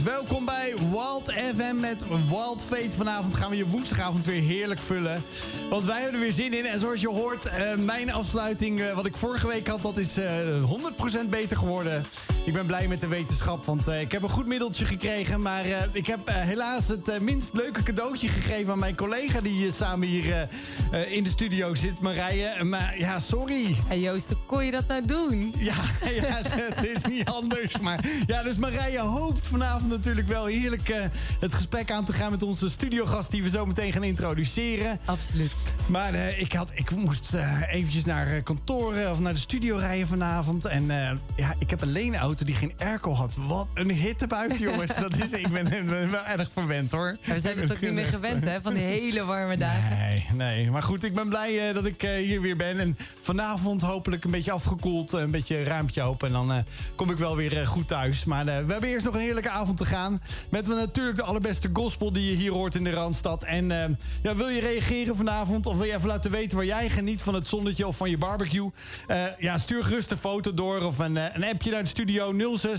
Welkom bij Wild FM met Wild Fate. Vanavond gaan we je woensdagavond weer heerlijk vullen. Want wij hebben er weer zin in. En zoals je hoort, mijn afsluiting, wat ik vorige week had, dat is 100% beter geworden. Ik ben blij met de wetenschap, want ik heb een goed middeltje gekregen. Maar ik heb helaas het minst leuke cadeautje gegeven aan mijn collega die samen hier in de studio zit, Marije. Maar ja, sorry. Hey Joost, hoe kon je dat nou doen? Ja, het is niet anders. Maar ja, dus Marije hoopt vanavond natuurlijk wel heerlijk het gesprek aan te gaan met onze studiogast die we zo meteen gaan introduceren. Absoluut. Maar ik moest eventjes naar kantoor of naar de studio rijden vanavond. En ik heb een leenauto die geen airco had. Wat een hitte buiten, jongens. Ik ben wel erg verwend, hoor. Ja, we zijn het ook niet meer gewend, hè, van die hele warme dagen. Nee. Maar goed, ik ben blij dat ik hier weer ben. En vanavond hopelijk een beetje afgekoeld, een beetje ruimpje open. En dan kom ik wel weer goed thuis. Maar we hebben eerst nog een heerlijke avond te gaan. Met natuurlijk de allerbeste gospel die je hier hoort in de Randstad. En wil je reageren vanavond? Of wil je even laten weten waar jij geniet van het zonnetje of van je barbecue? Stuur gerust een foto door of een appje naar de studio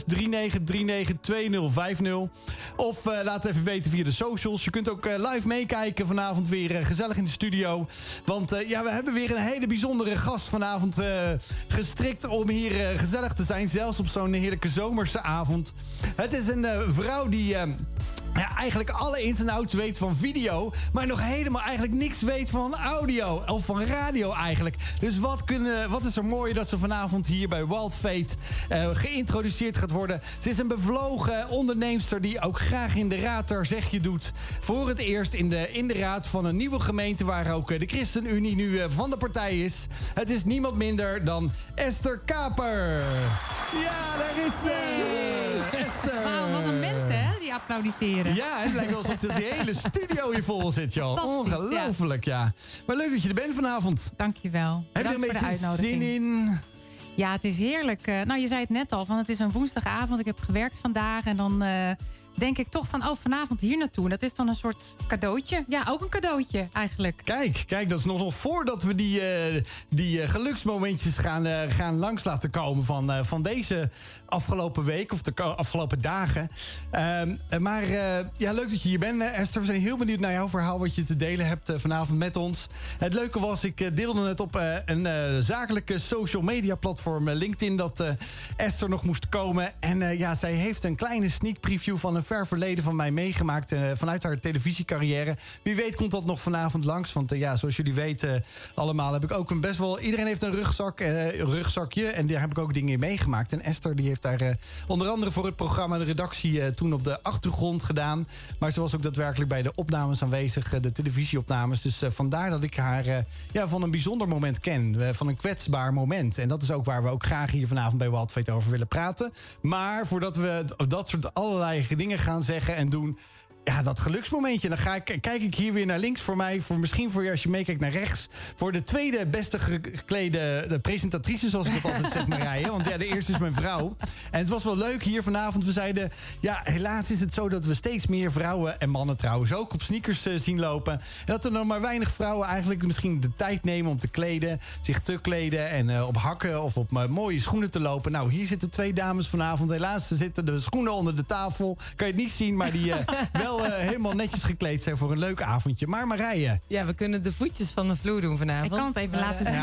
0639392050. Of laat even weten via de socials. Je kunt ook live meekijken vanavond weer gezellig in de studio. Want we hebben weer een hele bijzondere gast vanavond gestrikt om hier gezellig te zijn. Zelfs op zo'n heerlijke zomerse avond. Het is een vrouw die eigenlijk alle ins en outs weet van video, maar nog helemaal eigenlijk niks weet van audio of van radio eigenlijk. Dus wat is er mooi dat ze vanavond hier bij Wild Fate geïntroduceerd gaat worden. Ze is een bevlogen onderneemster die ook graag in de raad haar zegje doet. Voor het eerst in de raad van een nieuwe gemeente waar ook de ChristenUnie nu van de partij is. Het is niemand minder dan Esther Kaper. Ja, daar is ze! Esther! Wauw, wat een mensen, hè, die applaudisseren. Ja, het lijkt wel alsof de hele studio hier vol zit, joh. Ongelooflijk, ja. Maar leuk dat je er bent vanavond. Dankjewel. Heb je er een beetje zin in? Ja, het is heerlijk. Je zei het net al, van het is een woensdagavond. Ik heb gewerkt vandaag en dan denk ik toch van, vanavond hier naartoe. En dat is dan een soort cadeautje. Ja, ook een cadeautje eigenlijk. Kijk, dat is nog voordat we die geluksmomentjes gaan langs laten komen van deze afgelopen week of de afgelopen dagen. Leuk dat je hier bent, Esther. We zijn heel benieuwd naar jouw verhaal wat je te delen hebt vanavond met ons. Het leuke was, ik deelde het op een zakelijke social media platform LinkedIn dat Esther nog moest komen. En zij heeft een kleine sneak preview van een ver verleden van mij meegemaakt vanuit haar televisiecarrière. Wie weet komt dat nog vanavond langs. Want zoals jullie weten allemaal heb ik ook iedereen heeft een rugzakje en daar heb ik ook dingen in meegemaakt. En Esther die heeft daar onder andere voor het programma de redactie toen op de achtergrond gedaan. Maar ze was ook daadwerkelijk bij de opnames aanwezig, de televisieopnames. Dus vandaar dat ik haar van een bijzonder moment ken. Van een kwetsbaar moment. En dat is ook waar we ook graag hier vanavond bij Wild Fate over willen praten. Maar voordat we dat soort allerlei dingen gaan zeggen en doen, dat geluksmomentje. Dan kijk ik hier weer naar links voor mij. Misschien voor je als je meekijkt naar rechts. Voor de tweede beste geklede presentatrice, zoals ik dat altijd zeg, Marije. Want de eerste is mijn vrouw. En het was wel leuk hier vanavond. We zeiden, helaas is het zo dat we steeds meer vrouwen en mannen trouwens ook op sneakers zien lopen. En dat er nog maar weinig vrouwen eigenlijk misschien de tijd nemen om te kleden. Zich te kleden en op hakken of op mooie schoenen te lopen. Nou, hier zitten 2 dames vanavond. Helaas zitten de schoenen onder de tafel. Kan je het niet zien, maar die wel helemaal netjes gekleed zijn voor een leuk avondje. Maar Marije. Ja, we kunnen de voetjes van de vloer doen vanavond. Ik kan het even laten zien.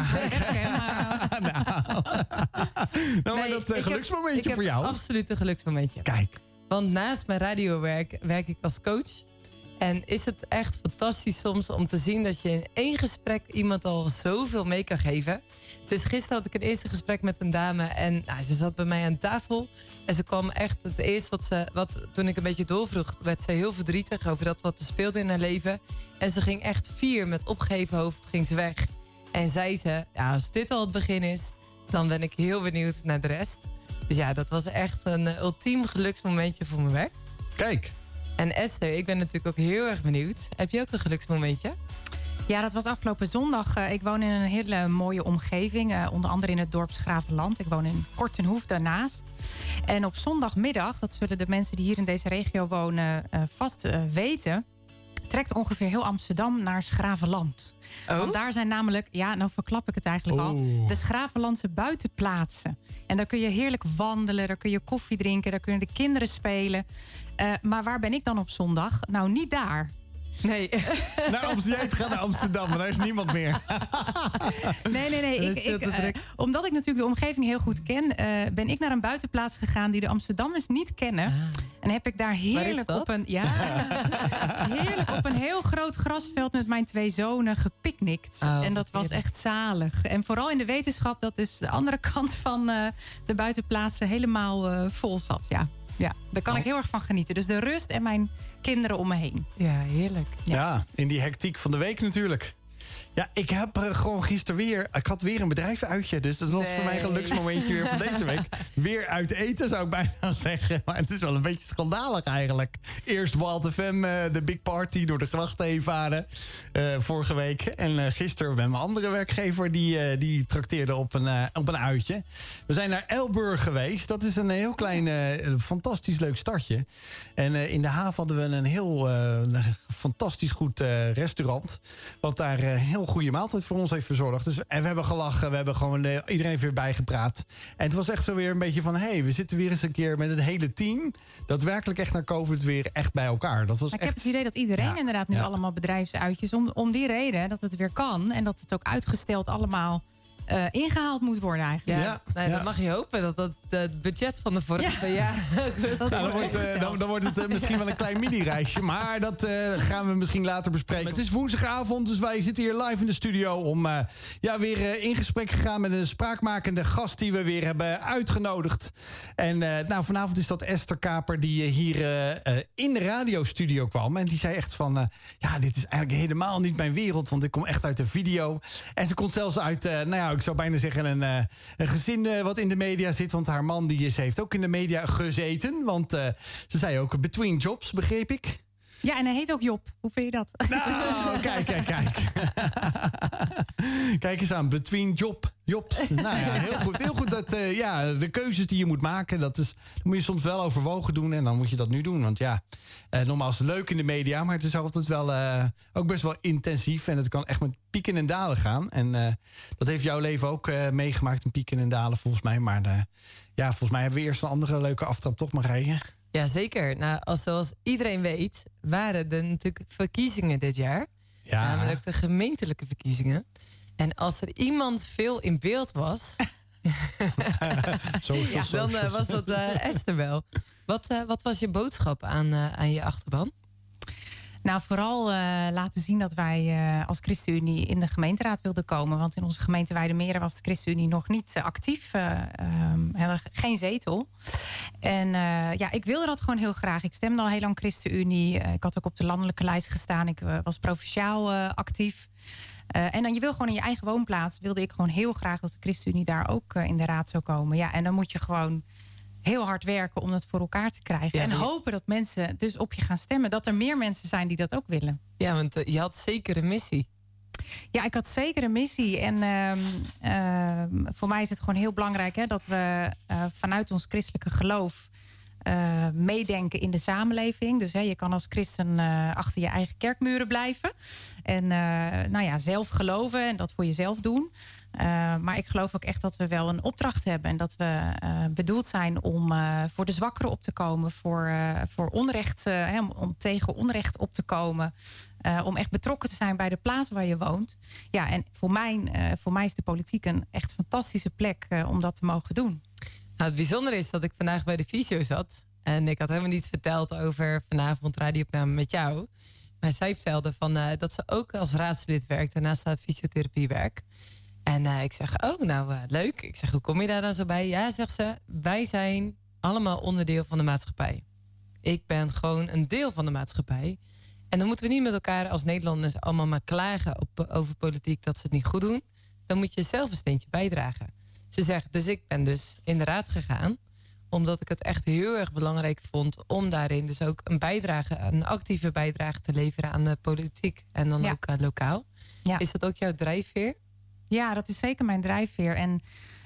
Maar dat geluksmomentje voor jou. Ik heb absoluut een geluksmomentje. Kijk. Want naast mijn radiowerk werk ik als coach. En is het echt fantastisch soms om te zien dat je in 1 gesprek iemand al zoveel mee kan geven. Dus gisteren had ik een eerste gesprek met een dame en ze zat bij mij aan tafel. En ze kwam echt, het eerste toen ik een beetje doorvroeg, werd ze heel verdrietig over dat wat er speelde in haar leven. En ze ging echt 4 met opgeheven hoofd, ging ze weg. En zei ze, als dit al het begin is, dan ben ik heel benieuwd naar de rest. Dus dat was echt een ultiem geluksmomentje voor mijn werk. Kijk. En Esther, ik ben natuurlijk ook heel erg benieuwd. Heb je ook een geluksmomentje? Ja, dat was afgelopen zondag. Ik woon in een hele mooie omgeving. Onder andere in het dorp Schravenland. Ik woon in Kortenhoef daarnaast. En op zondagmiddag, dat zullen de mensen die hier in deze regio wonen vast weten, trekt ongeveer heel Amsterdam naar 's Gravenland. Oh? Want daar zijn namelijk, nou verklap ik het eigenlijk al, de 's Gravenlandse buitenplaatsen. En daar kun je heerlijk wandelen, daar kun je koffie drinken, daar kunnen de kinderen spelen. Maar waar ben ik dan op zondag? Nou, niet daar. Nee. Jij gaat naar Amsterdam, maar daar is niemand meer. Nee. Omdat ik natuurlijk de omgeving heel goed ken, ben ik naar een buitenplaats gegaan die de Amsterdammers niet kennen. En heb ik daar heerlijk op een heel groot grasveld met mijn 2 zonen gepicnict. En dat was echt zalig. En vooral in de wetenschap dat dus de andere kant van de buitenplaatsen helemaal vol zat. Ja, daar kan ik heel erg van genieten. Dus de rust en mijn kinderen om me heen. Ja, heerlijk. Ja, in die hectiek van de week natuurlijk. Ja, ik heb gewoon gisteren weer... Ik had weer een bedrijfsuitje, dus dat was voor mij een geluksmomentje weer van deze week. Weer uit eten, zou ik bijna zeggen. Maar het is wel een beetje schandalig eigenlijk. Eerst Wild FM, de Big Party, door de grachten heen varen. Vorige week. En gisteren met mijn andere werkgever, die trakteerde op een uitje. We zijn naar Elburg geweest. Dat is een heel klein, fantastisch leuk stadje. En in de haven hadden we een heel fantastisch goed restaurant. Wat daar heel goede maaltijd voor ons heeft verzorgd. Dus, en we hebben gelachen, we hebben gewoon iedereen weer bijgepraat. En het was echt zo weer een beetje van... we zitten weer eens een keer met het hele team... daadwerkelijk echt naar COVID weer echt bij elkaar. Dat was ik heb het idee dat iedereen inderdaad nu allemaal bedrijfsuitjes... om die reden dat het weer kan... en dat het ook uitgesteld allemaal... ingehaald moet worden eigenlijk. Dat mag je hopen. Dat het budget van de vorige jaar... Dan wordt het misschien wel een klein mini-reisje. Maar dat gaan we misschien later bespreken. Het is woensdagavond, dus wij zitten hier live in de studio... om weer in gesprek gegaan met een spraakmakende gast... die we weer hebben uitgenodigd. En vanavond is dat Esther Kaper... die hier in de radiostudio kwam. En die zei echt van... dit is eigenlijk helemaal niet mijn wereld... want ik kom echt uit de video. En ze komt zelfs uit... ik zou bijna zeggen een gezin wat in de media zit. Want haar man heeft ook in de media gezeten. Want ze zei ook between jobs, begreep ik. Ja, en hij heet ook Job. Hoe vind je dat? Nou, kijk. Kijk eens aan, between jobs. Nou ja, heel goed dat de keuzes die je moet maken... dat moet je soms wel overwogen doen en dan moet je dat nu doen. Want normaal is het leuk in de media... maar het is altijd wel ook best wel intensief... en het kan echt met pieken en dalen gaan. En dat heeft jouw leven ook meegemaakt, een pieken en dalen volgens mij. Maar volgens mij hebben we eerst een andere leuke aftrap, toch Marije? Ja, zeker. Nou, zoals iedereen weet, waren er natuurlijk verkiezingen dit jaar. Ja. Namelijk de gemeentelijke verkiezingen. En als er iemand veel in beeld was... dan was dat Esther wel. Wat was je boodschap aan je achterban? Nou, vooral laten zien dat wij als ChristenUnie in de gemeenteraad wilden komen. Want in onze gemeente Weijdermeren was de ChristenUnie nog niet actief. Hadden geen zetel. En ik wilde dat gewoon heel graag. Ik stemde al heel lang ChristenUnie. Ik had ook op de landelijke lijst gestaan. Ik was provinciaal actief. En dan je wil gewoon in je eigen woonplaats... wilde ik gewoon heel graag dat de ChristenUnie daar ook in de raad zou komen. Ja, en dan moet je gewoon... heel hard werken om dat voor elkaar te krijgen. En hopen dat mensen dus op je gaan stemmen. Dat er meer mensen zijn die dat ook willen. Ja, want je had zeker een missie. Ja, ik had zeker een missie. En voor mij is het gewoon heel belangrijk... dat we vanuit ons christelijke geloof... meedenken in de samenleving. Dus je kan als christen achter je eigen kerkmuren blijven. En zelf geloven en dat voor jezelf doen. Maar ik geloof ook echt dat we wel een opdracht hebben. En dat we bedoeld zijn om voor de zwakkeren op te komen. Voor onrecht, om tegen onrecht op te komen. Om echt betrokken te zijn bij de plaats waar je woont. Ja, en voor mij is de politiek een echt fantastische plek om dat te mogen doen. Nou, het bijzondere is dat ik vandaag bij de fysio zat. En ik had helemaal niet verteld over vanavond radioopname met jou. Maar zij vertelde dat ze ook als raadslid werkt. Daarnaast haar fysiotherapiewerk. En ik zeg, leuk. Ik zeg, hoe kom je daar dan zo bij? Ja, zegt ze, wij zijn allemaal onderdeel van de maatschappij. Ik ben gewoon een deel van de maatschappij. En dan moeten we niet met elkaar als Nederlanders allemaal maar klagen over politiek dat ze het niet goed doen. Dan moet je zelf een steentje bijdragen. Ze zegt, dus ik ben dus in de raad gegaan. Omdat ik het echt heel erg belangrijk vond om daarin dus ook een actieve bijdrage te leveren aan de politiek. En dan ook lokaal. Ja. Is dat ook jouw drijfveer? Ja, dat is zeker mijn drijfveer. En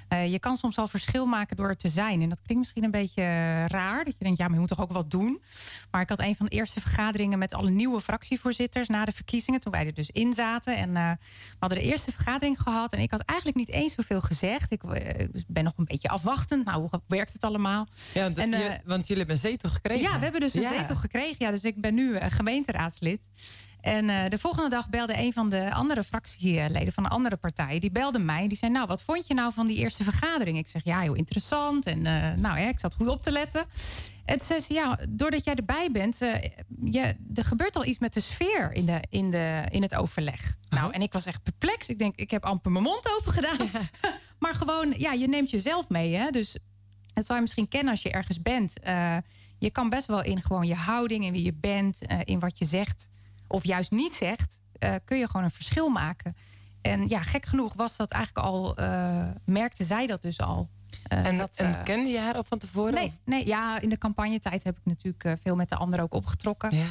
Je kan soms al verschil maken door er te zijn. En dat klinkt misschien een beetje raar. Dat je denkt, ja, maar je moet toch ook wat doen. Maar ik had een van de eerste vergaderingen met alle nieuwe fractievoorzitters na de verkiezingen. Toen wij er dus in zaten. En we hadden de eerste vergadering gehad. En ik had eigenlijk niet eens zoveel gezegd. Ik ben nog een beetje afwachtend. Nou, hoe werkt het allemaal? Ja, want jullie hebben een zetel gekregen. Ja, we hebben dus een zetel gekregen. Ja, dus ik ben nu gemeenteraadslid. En de volgende dag belde een van de andere fractieleden van een andere partij. Die belde mij. Die zei, nou, wat vond je nou van die eerste vergadering? Ik zeg, ja, heel interessant. En ik zat goed op te letten. En toen zei ze, ja, doordat jij erbij bent... er gebeurt al iets met de sfeer in het overleg. Nou, en ik was echt perplex. Ik denk, ik heb amper mijn mond open gedaan. Ja. Maar gewoon, ja, je neemt jezelf mee. Hè? Dus dat zou je misschien kennen als je ergens bent. Je kan best wel in gewoon je houding, in wie je bent... in wat je zegt of juist niet zegt... kun je gewoon een verschil maken. En ja, gek genoeg was dat eigenlijk al... merkte zij dat dus al. En kende je haar al van tevoren? Nee, ja, in de campagnetijd heb ik natuurlijk veel met de anderen ook opgetrokken. Ja.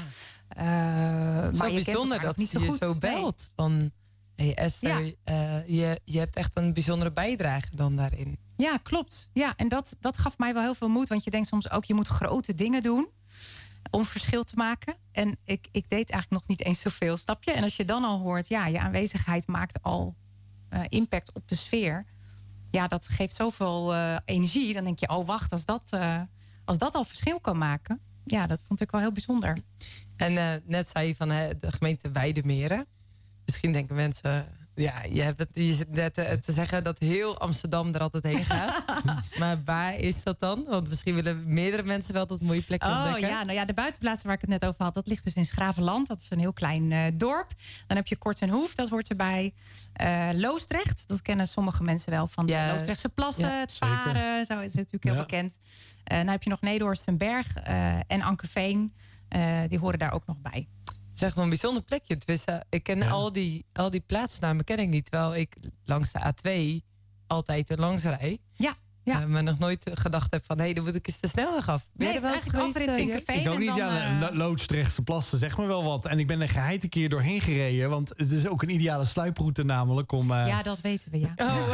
Maar je bijzonder dat niet zo goed. Zo belt. Van, hey Esther, je hebt echt een bijzondere bijdrage dan daarin. Ja, klopt. Ja, en dat gaf mij wel heel veel moed. Want je denkt soms ook, je moet grote dingen doen om verschil te maken. En ik deed eigenlijk nog niet eens zoveel, snap je? En als je dan al hoort, ja, je aanwezigheid maakt al impact op de sfeer... Ja, dat geeft zoveel energie. Dan denk je, oh wacht, als dat al verschil kan maken... ja, dat vond ik wel heel bijzonder. En net zei je van de gemeente Weidemeren. Misschien denken mensen... Ja, je zit net te zeggen dat heel Amsterdam er altijd heen gaat. Maar waar is dat dan? Want misschien willen meerdere mensen wel dat mooie plekje ontdekken. Ja, nou ja, de buitenplaats waar ik het net over had... dat ligt dus in Schravenland. Dat is een heel klein dorp. Dan heb je Kortenhoef, dat hoort erbij. Loosdrecht, dat kennen sommige mensen wel... van de Loosdrechtse plassen, het varen. Zo is het natuurlijk heel bekend. Dan heb je nog Nederhorstenberg en Ankerveen. Die horen daar ook nog bij. Het is echt een bijzonder plekje. Ik ken al die plaatsnamen ken ik niet. Terwijl ik langs de A2 altijd er langs rij. Ja. Maar nog nooit gedacht heb van... dan moet ik eens de snelweg af. Nee, het is eigenlijk altijd Vinkerveen. Ik ook niet. Loosdrechtse plassen, zeg maar wel wat. En ik ben er geheid een keer doorheen gereden. Want het is ook een ideale sluiproute namelijk om... Ja, dat weten we, ja.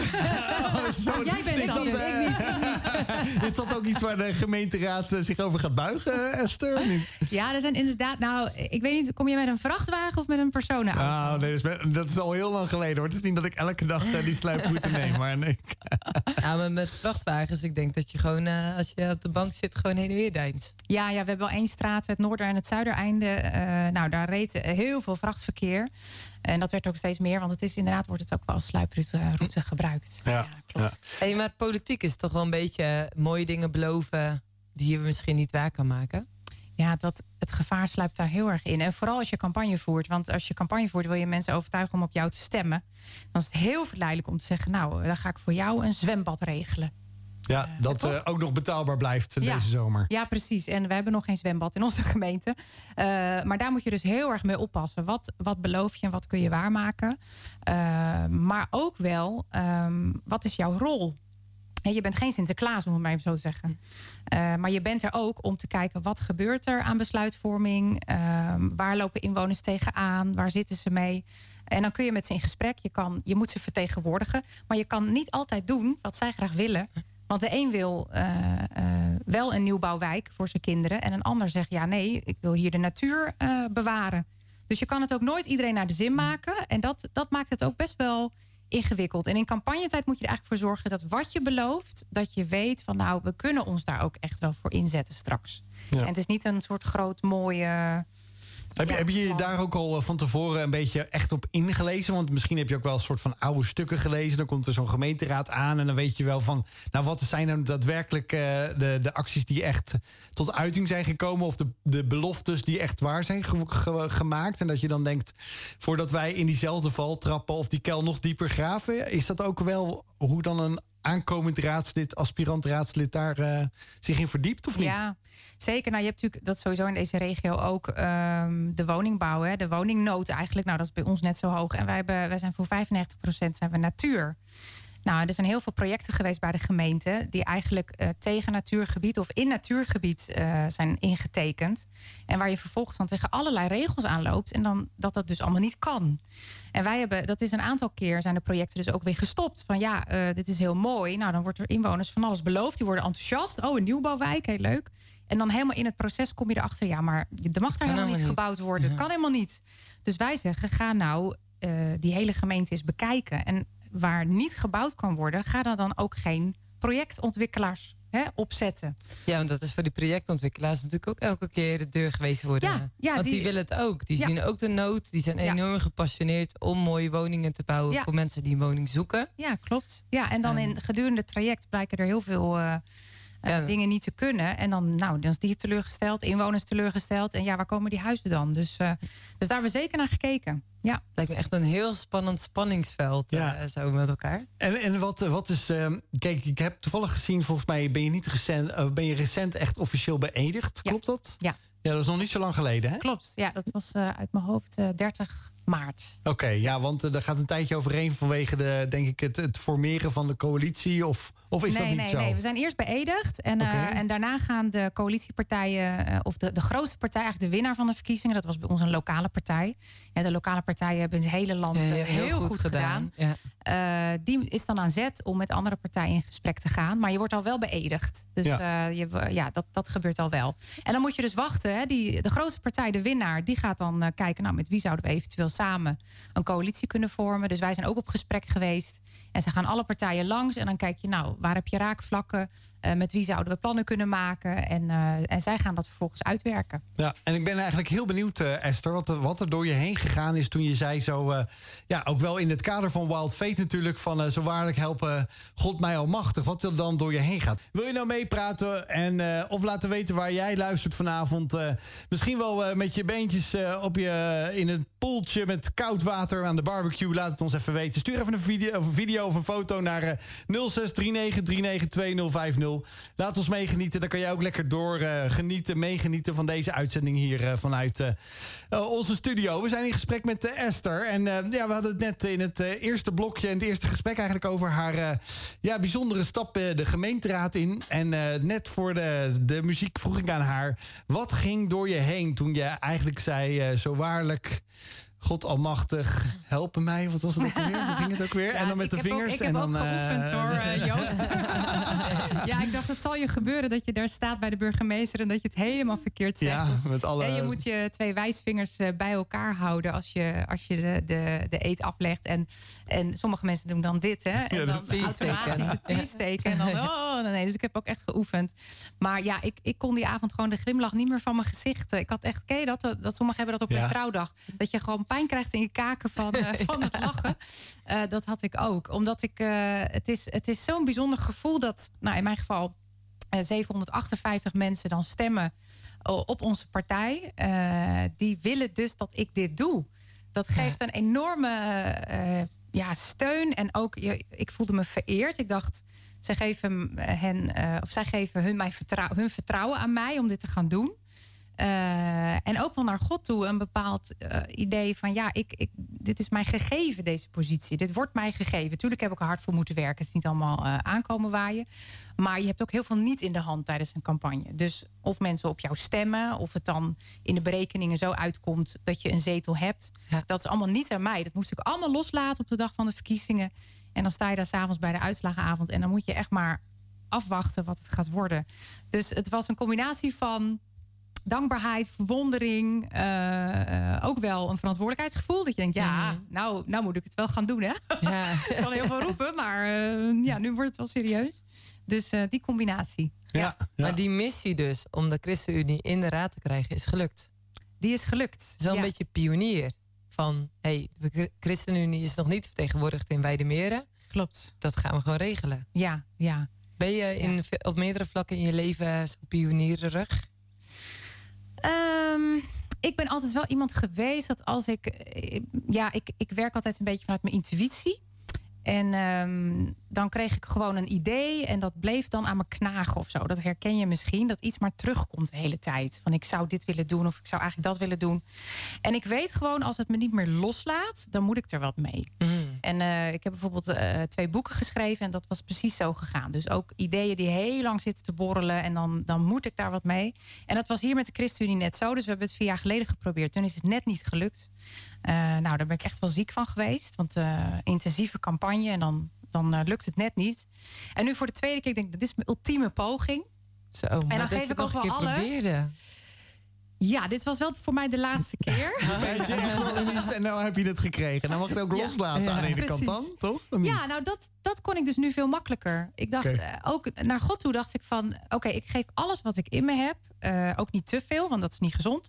Jij bent dat dus, ik niet. Is dat ook iets waar de gemeenteraad zich over gaat buigen, Esther? Ja, er zijn inderdaad... Nou, ik weet niet, kom je met een vrachtwagen of met een personenauto? Nou, nee, dat is al heel lang geleden, hoor. Het is niet dat ik elke dag die sluiproute neem, maar nee. Maar met vrachtwagens, ik denk dat je gewoon, als je op de bank zit, gewoon heen en weer deins. Ja, we hebben wel één straat, het noorder- en het zuidereinde. Daar reed heel veel vrachtverkeer. En dat werd ook steeds meer, want wordt het ook wel als sluiproute gebruikt. Ja, klopt. Hey, maar politiek is toch wel een beetje mooie dingen beloven die je misschien niet waar kan maken? Ja, het gevaar sluipt daar heel erg in. En vooral als je campagne voert. Want als je campagne voert, wil je mensen overtuigen om op jou te stemmen. Dan is het heel verleidelijk om te zeggen... nou, dan ga ik voor jou een zwembad regelen. Ja, dat ook nog betaalbaar blijft deze zomer. Ja, precies. En we hebben nog geen zwembad in onze gemeente. Maar daar moet je dus heel erg mee oppassen. Wat beloof je en wat kun je waarmaken? Maar ook wel, wat is jouw rol? Je bent geen Sinterklaas, om het maar even zo te zeggen. Maar je bent er ook om te kijken... wat gebeurt er aan besluitvorming? Waar lopen inwoners tegenaan? Waar zitten ze mee? En dan kun je met ze in gesprek. Je moet ze vertegenwoordigen. Maar je kan niet altijd doen wat zij graag willen. Want de een wil wel een nieuwbouwwijk voor zijn kinderen... en een ander zegt, ja nee, ik wil hier de natuur bewaren. Dus je kan het ook nooit iedereen naar de zin maken. En dat maakt het ook best wel... ingewikkeld. En in campagnetijd moet je er eigenlijk voor zorgen... dat wat je belooft, dat je weet van... nou, we kunnen ons daar ook echt wel voor inzetten straks. Ja. En het is niet een soort groot mooie... Heb je je daar ook al van tevoren een beetje echt op ingelezen? Want misschien heb je ook wel een soort van oude stukken gelezen. Dan komt er zo'n gemeenteraad aan en dan weet je wel van... nou, wat zijn nou daadwerkelijk de acties die echt tot uiting zijn gekomen... of de beloftes die echt waar zijn gemaakt. En dat je dan denkt, voordat wij in diezelfde val trappen... of die kuil nog dieper graven, is dat ook wel hoe dan een aankomend raadslid, aspirant raadslid... daar zich in verdiept of niet? Ja, zeker. Nou, je hebt natuurlijk dat sowieso in deze regio ook de woningbouw, hè, de woningnood eigenlijk. Nou, dat is bij ons net zo hoog. En wij zijn voor 95% zijn we natuur. Nou, er zijn heel veel projecten geweest bij de gemeente die eigenlijk tegen natuurgebied of in natuurgebied zijn ingetekend. En waar je vervolgens dan tegen allerlei regels aanloopt en dan dat dus allemaal niet kan. En wij hebben, dat is een aantal keer, zijn de projecten dus ook weer gestopt. Van dit is heel mooi. Nou, dan wordt er inwoners van alles beloofd. Die worden enthousiast. Oh, een nieuwbouwwijk, heel leuk. En dan helemaal in het proces kom je erachter, ja, maar er mag daar helemaal niet gebouwd worden. Het kan helemaal niet. Dus wij zeggen, ga nou die hele gemeente eens bekijken. En waar niet gebouwd kan worden, ga dan ook geen projectontwikkelaars opzetten. Ja, want dat is voor die projectontwikkelaars natuurlijk ook elke keer de deur gewezen worden. Ja, want die willen het ook. Die zien ook de nood. Die zijn enorm gepassioneerd om mooie woningen te bouwen voor mensen die een woning zoeken. Ja, klopt. Ja, en dan in gedurende het traject blijken er heel veel dingen niet te kunnen. En dan is die teleurgesteld, inwoners teleurgesteld. En waar komen die huizen dan? Dus daar hebben we zeker naar gekeken. Ja. Het lijkt me echt een heel spannend spanningsveld zo met elkaar. En wat is... kijk, ik heb toevallig gezien, volgens mij ben je recent echt officieel beëdigd. Klopt dat? Ja. Ja, dat is nog niet zo lang geleden, hè? Klopt, ja, dat was uit mijn hoofd 30 maart. Oké, ja, want er gaat een tijdje overheen vanwege het formeren van de coalitie. Of is dat niet zo? Nee, we zijn eerst beëdigd. En daarna gaan de coalitiepartijen, of de grootste partij, eigenlijk de winnaar van de verkiezingen. Dat was bij ons een lokale partij. De lokale partijen hebben in het hele land heel goed gedaan. Ja. Die is dan aan zet om met andere partijen in gesprek te gaan. Maar je wordt al wel beëdigd. Dus dat gebeurt al wel. En dan moet je dus wachten. De grootste partij, de winnaar, die gaat dan kijken, met wie zouden we eventueel samen een coalitie kunnen vormen. Dus wij zijn ook op gesprek geweest. En ze gaan alle partijen langs. En dan kijk je, waar heb je raakvlakken? Met wie zouden we plannen kunnen maken? En zij gaan dat vervolgens uitwerken. Ja, en ik ben eigenlijk heel benieuwd, Esther, wat er door je heen gegaan is toen je zei zo... ook wel in het kader van Wild Fate natuurlijk, van zo waarlijk helpen God mij almachtig. Wat er dan door je heen gaat. Wil je nou meepraten of laten weten waar jij luistert vanavond? Misschien wel met je beentjes in een poeltje met koud water aan de barbecue. Laat het ons even weten. Stuur even een video of een foto naar 0639392050. Laat ons meegenieten. Dan kan jij ook lekker meegenieten van deze uitzending hier vanuit onze studio. We zijn in gesprek met Esther. En we hadden het net in het eerste blokje, in het eerste gesprek eigenlijk over haar bijzondere stap de gemeenteraad in. En net voor de muziek vroeg ik aan haar, wat ging door je heen toen je eigenlijk zei, zo waarlijk... God almachtig, helpen mij. Wat was het ook weer? Hoe ging het ook weer? En dan met de vingers. Ik heb ook geoefend hoor, Joost. Ik dacht, het zal je gebeuren dat je daar staat bij de burgemeester en dat je het helemaal verkeerd zegt. Ja, met alle... Je moet je 2 wijsvingers bij elkaar houden als je de eet aflegt. En sommige mensen doen dan dit, hè? En dan automatisch het peesteken. En dan, nee. Dus ik heb ook echt geoefend. Maar ik kon die avond gewoon de glimlach niet meer van mijn gezicht. Ik had echt, ken je dat sommigen hebben dat op hun trouwdag. Dat je gewoon pijn krijgt in je kaken van het lachen. Dat had ik ook. Omdat het is zo'n bijzonder gevoel dat, in mijn geval, 758 mensen dan stemmen op onze partij. Die willen dus dat ik dit doe. Dat geeft een enorme steun. En ook, ik voelde me vereerd. Ik dacht, zij geven hun vertrouwen aan mij om dit te gaan doen. En ook wel naar God toe een bepaald idee van... dit is mij gegeven, deze positie. Dit wordt mij gegeven. Tuurlijk heb ik er hard voor moeten werken. Het is niet allemaal aankomen waaien. Maar je hebt ook heel veel niet in de hand tijdens een campagne. Dus of mensen op jou stemmen... of het dan in de berekeningen zo uitkomt dat je een zetel hebt... dat is allemaal niet aan mij. Dat moest ik allemaal loslaten op de dag van de verkiezingen. En dan sta je daar 's avonds bij de uitslagenavond... en dan moet je echt maar afwachten wat het gaat worden. Dus het was een combinatie van... dankbaarheid, verwondering, ook wel een verantwoordelijkheidsgevoel. Dat je denkt, nou moet ik het wel gaan doen, hè? Ja. Ik kan heel veel roepen, maar nu wordt het wel serieus. Dus die combinatie. Ja. Maar die missie dus, om de ChristenUnie in de raad te krijgen, is gelukt. Die is gelukt. Het is wel een beetje pionier. Van, de ChristenUnie is nog niet vertegenwoordigd in Weidemeren. Klopt. Dat gaan we gewoon regelen. Ja. Ben je op meerdere vlakken in je leven zo pionierig? Ik ben altijd wel iemand geweest dat als ik werk altijd een beetje vanuit mijn intuïtie. En dan kreeg ik gewoon een idee en dat bleef dan aan me knagen of zo. Dat herken je misschien, dat iets maar terugkomt de hele tijd. Van ik zou dit willen doen of ik zou eigenlijk dat willen doen. En ik weet gewoon, als het me niet meer loslaat, dan moet ik er wat mee. En ik heb bijvoorbeeld 2 boeken geschreven en dat was precies zo gegaan. Dus ook ideeën die heel lang zitten te borrelen en dan moet ik daar wat mee. En dat was hier met de ChristenUnie net zo. Dus we hebben het 4 jaar geleden geprobeerd. Toen is het net niet gelukt. Nou, daar ben ik echt wel ziek van geweest. Want intensieve campagne en dan lukt het net niet. En nu voor de tweede keer denk ik, dit is mijn ultieme poging. Zo, en dan geef ik ook wel alles. Probeerde. Ja, dit was wel voor mij de laatste keer. Weet je echt wel iets en nou heb je het gekregen. Dan mag je het ook loslaten aan de ene kant dan, toch? Ja, nou dat kon ik dus nu veel makkelijker. Ik dacht, ook naar God toe dacht ik van... Oké, ik geef alles wat ik in me heb. Ook niet te veel, want dat is niet gezond.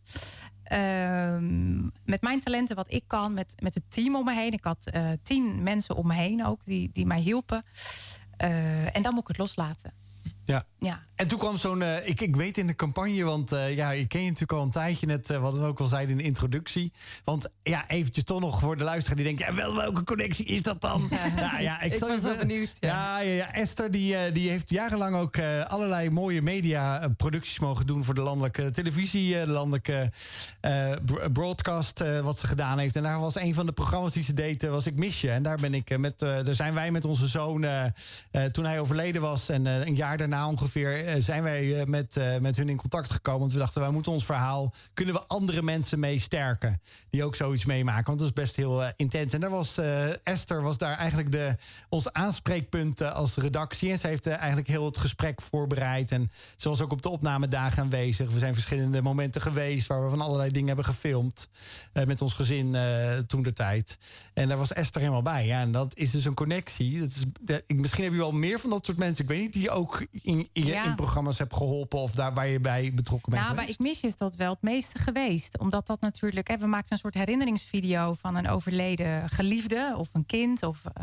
Met mijn talenten, wat ik kan, met het team om me heen. Ik had 10 mensen om me heen ook, die mij hielpen. En dan moet ik het loslaten. Ja. En toen kwam zo'n... Ik weet in de campagne, want ik ken je natuurlijk al een tijdje... net wat we ook al zeiden in de introductie. Want eventjes toch nog voor de luisteraar die denkt... ja, welke connectie is dat dan? Ik was wel benieuwd. Ja, Esther die heeft jarenlang ook allerlei mooie mediaproducties mogen doen... voor de landelijke televisie, de landelijke broadcast... wat ze gedaan heeft. En daar was een van de programma's die ze deed, was Ik Mis Je. En daar ben ik daar zijn wij met onze zoon... toen hij overleden was en een jaar daarna ongeveer... zijn wij met hun in contact gekomen. Want we dachten, wij moeten ons verhaal... kunnen we andere mensen mee sterken... die ook zoiets meemaken. Want dat is best heel intens. En daar was Esther was daar eigenlijk ons aanspreekpunt als redactie. En ze heeft eigenlijk heel het gesprek voorbereid. En ze was ook op de opnamedagen aanwezig. We zijn verschillende momenten geweest... waar we van allerlei dingen hebben gefilmd. Met ons gezin toentertijd. En daar was Esther helemaal bij. Ja, en dat is dus een connectie. Misschien heb je wel meer van dat soort mensen. Ik weet niet, die je ook in programma's hebt geholpen... of daar waar je bij betrokken bent geweest? Bij Ik Mis Je is dat wel het meeste geweest. Omdat dat natuurlijk... we maakten een soort herinneringsvideo... van een overleden geliefde of een kind.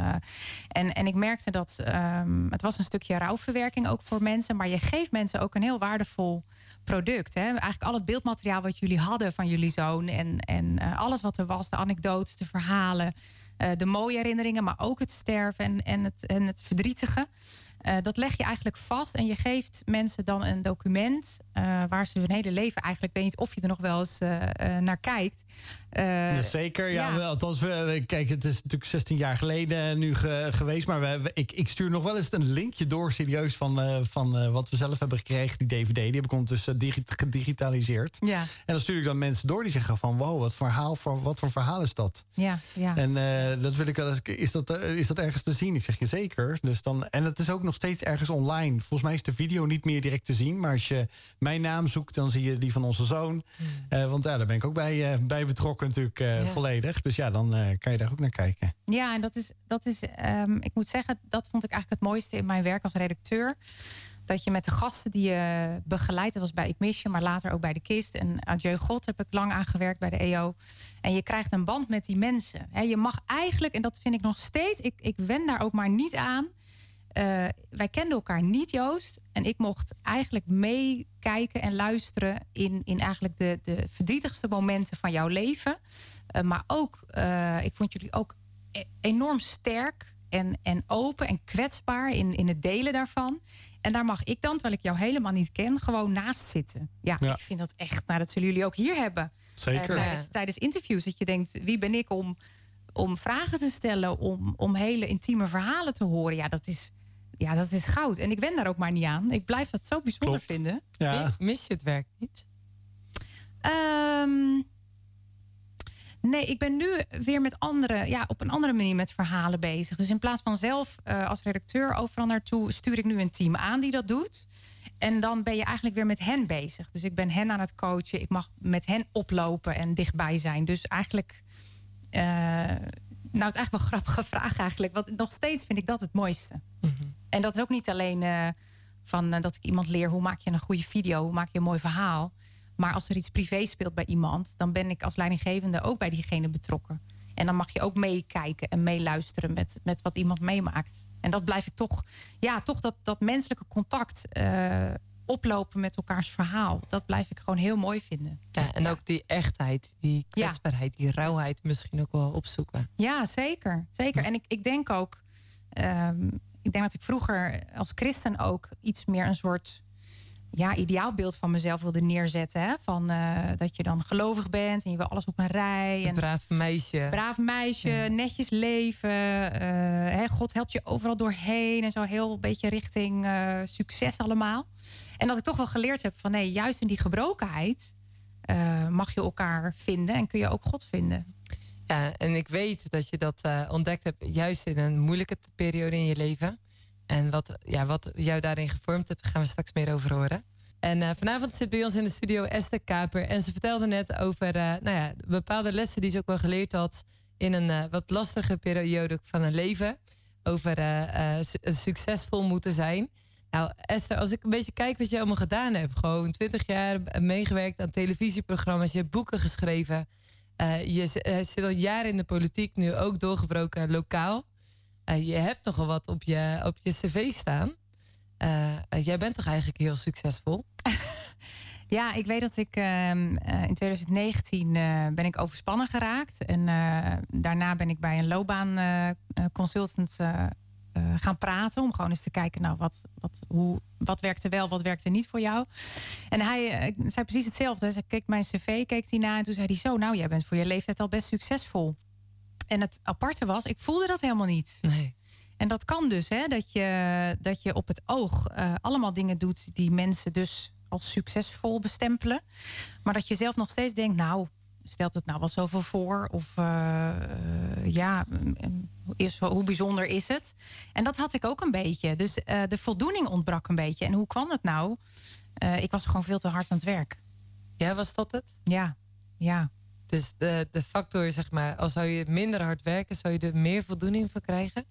En ik merkte dat... het was een stukje rouwverwerking ook voor mensen... maar je geeft mensen ook een heel waardevol product. Hè? Eigenlijk al het beeldmateriaal wat jullie hadden van jullie zoon... en alles wat er was, de anekdotes, de verhalen... de mooie herinneringen, maar ook het sterven en het verdrietige... dat leg je eigenlijk vast en je geeft mensen dan een document... waar ze hun hele leven eigenlijk... weet niet of je er nog wel eens naar kijkt. Zeker, ja. Althans, kijk, het is natuurlijk 16 jaar geleden nu geweest... maar ik stuur nog wel eens een linkje door serieus... van wat we zelf hebben gekregen, die DVD. Die heb ik ondertussen gedigitaliseerd. Ja. En dan stuur ik dan mensen door die zeggen van... wow, wat voor verhaal is dat? Ja. En dat wil ik wel eens... Is dat ergens te zien? Ik zeg je zeker. Dus dan, en het is ook nog steeds ergens online. Volgens mij is de video niet meer direct te zien. Maar als je mijn naam zoekt, dan zie je die van onze zoon. Want daar ben ik ook bij betrokken natuurlijk volledig. Dus dan kan je daar ook naar kijken. Ja, en dat is ik moet zeggen, dat vond ik eigenlijk het mooiste in mijn werk als redacteur. Dat je met de gasten die je begeleidt, dat was bij Ik Mis Je, maar later ook bij de Kist. En Adieu God heb ik lang aan gewerkt bij de EO. En je krijgt een band met die mensen. Je mag eigenlijk, en dat vind ik nog steeds, ik wen daar ook maar niet aan... wij kenden elkaar niet, Joost. En ik mocht eigenlijk meekijken en luisteren... in eigenlijk de verdrietigste momenten van jouw leven. Maar ook, ik vond jullie ook enorm sterk... en open en kwetsbaar in het delen daarvan. En daar mag ik dan, terwijl ik jou helemaal niet ken... gewoon naast zitten. Ja. Ik vind dat echt, dat zullen jullie ook hier hebben. Zeker. Tijdens interviews, dat je denkt, wie ben ik om vragen te stellen... om hele intieme verhalen te horen. Ja, dat is goud. En ik wen daar ook maar niet aan. Ik blijf dat zo bijzonder vinden. Ja. Mis je het werk niet? Nee, ik ben nu weer met op een andere manier met verhalen bezig. Dus in plaats van zelf als redacteur overal naartoe... stuur ik nu een team aan die dat doet. En dan ben je eigenlijk weer met hen bezig. Dus ik ben hen aan het coachen. Ik mag met hen oplopen en dichtbij zijn. Dus eigenlijk... het is eigenlijk wel een grappige vraag eigenlijk. Want nog steeds vind ik dat het mooiste. Mm-hmm. En dat is ook niet alleen dat ik iemand leer... hoe maak je een goede video, hoe maak je een mooi verhaal... Maar als er iets privé speelt bij iemand... dan ben ik als leidinggevende ook bij diegene betrokken. En dan mag je ook meekijken en meeluisteren met wat iemand meemaakt. En dat blijf ik toch... dat menselijke contact... oplopen met elkaars verhaal. Dat blijf ik gewoon heel mooi vinden. Ja, en ook die echtheid, die kwetsbaarheid... die rauwheid misschien ook wel opzoeken. Ja, zeker. Zeker. En ik denk ook... ik denk dat ik vroeger als christen ook iets meer een soort... ideaalbeeld van mezelf wilde neerzetten. Hè? Van dat je dan gelovig bent en je wil alles op een rij. Een braaf meisje. Ja. Netjes leven. God helpt je overal doorheen. En zo heel een beetje richting succes allemaal. En dat ik toch wel geleerd heb van nee, juist in die gebrokenheid mag je elkaar vinden en kun je ook God vinden. Ja, en ik weet dat je dat ontdekt hebt juist in een moeilijke periode in je leven. En wat jou daarin gevormd hebt, gaan we straks meer over horen. En vanavond zit bij ons in de studio Esther Kaper. En ze vertelde net over bepaalde lessen die ze ook wel geleerd had in een wat lastige periode van haar leven. Over succesvol moeten zijn. Nou, Esther, als ik een beetje kijk wat je allemaal gedaan hebt. Gewoon 20 jaar meegewerkt aan televisieprogramma's. Je hebt boeken geschreven. Je zit al jaren in de politiek, nu ook doorgebroken lokaal. Je hebt nogal wat op je cv staan. Jij bent toch eigenlijk heel succesvol? Ja, ik weet dat ik in 2019 ben ik overspannen geraakt. En daarna ben ik bij een loopbaanconsultant gaan praten. Om gewoon eens te kijken, nou, wat werkte wel, wat werkte niet voor jou. En hij zei precies hetzelfde. Hij keek mijn cv, keek hij na en toen zei hij zo, nou, jij bent voor je leeftijd al best succesvol. En het aparte was, ik voelde dat helemaal niet. Nee. En dat kan dus, hè, dat je op het oog allemaal dingen doet die mensen dus als succesvol bestempelen. Maar dat je zelf nog steeds denkt, nou, stelt het nou wel zoveel voor? Of hoe bijzonder is het? En dat had ik ook een beetje. Dus de voldoening ontbrak een beetje. En hoe kwam dat nou? Ik was gewoon veel te hard aan het werk. Ja, was dat het? Ja. Dus de factor, zeg maar, als zou je minder hard werken, zou je er meer voldoening van krijgen?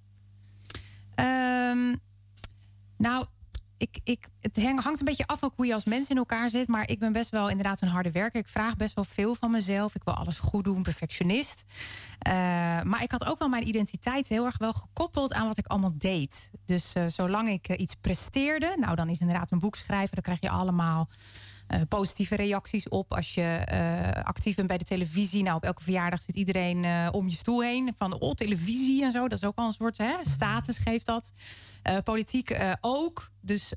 Nou, het hangt een beetje af ook hoe je als mens in elkaar zit. Maar ik ben best wel inderdaad een harde werker. Ik vraag best wel veel van mezelf. Ik wil alles goed doen, perfectionist. Maar ik had ook wel mijn identiteit heel erg wel gekoppeld aan wat ik allemaal deed. Dus zolang ik iets presteerde, nou dan is inderdaad een boek schrijven. Dan krijg je allemaal positieve reacties op. Als je actief bent bij de televisie. Nou, op elke verjaardag zit iedereen om je stoel heen. Van televisie en zo. Dat is ook al een soort status geeft dat. Politiek ook. Dus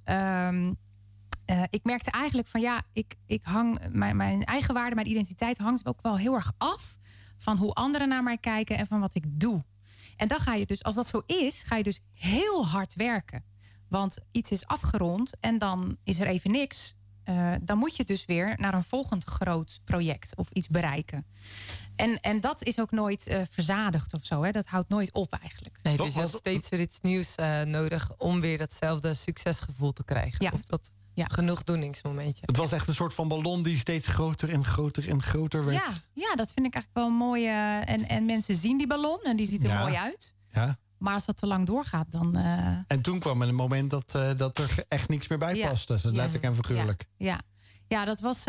ik merkte eigenlijk van ik hang mijn eigen waarde, mijn identiteit hangt ook wel heel erg af van hoe anderen naar mij kijken en van wat ik doe. En dan ga je dus, als dat zo is, ga je dus heel hard werken. Want iets is afgerond en dan is er even niks. Dan moet je dus weer naar een volgend groot project of iets bereiken. En dat is ook nooit verzadigd of zo. Hè? Dat houdt nooit op eigenlijk. Nee, dus je had steeds weer iets nieuws nodig om weer datzelfde succesgevoel te krijgen. Ja. Of dat genoegdoeningsmomentje. Het was echt een soort van ballon die steeds groter en groter en groter werd. Ja, dat vind ik eigenlijk wel mooi. En mensen zien die ballon en die ziet er mooi uit. Ja. Maar als dat te lang doorgaat, dan... En toen kwam er een moment dat er echt niks meer bij paste. Dus letterlijk en figuurlijk. Ja, dat was...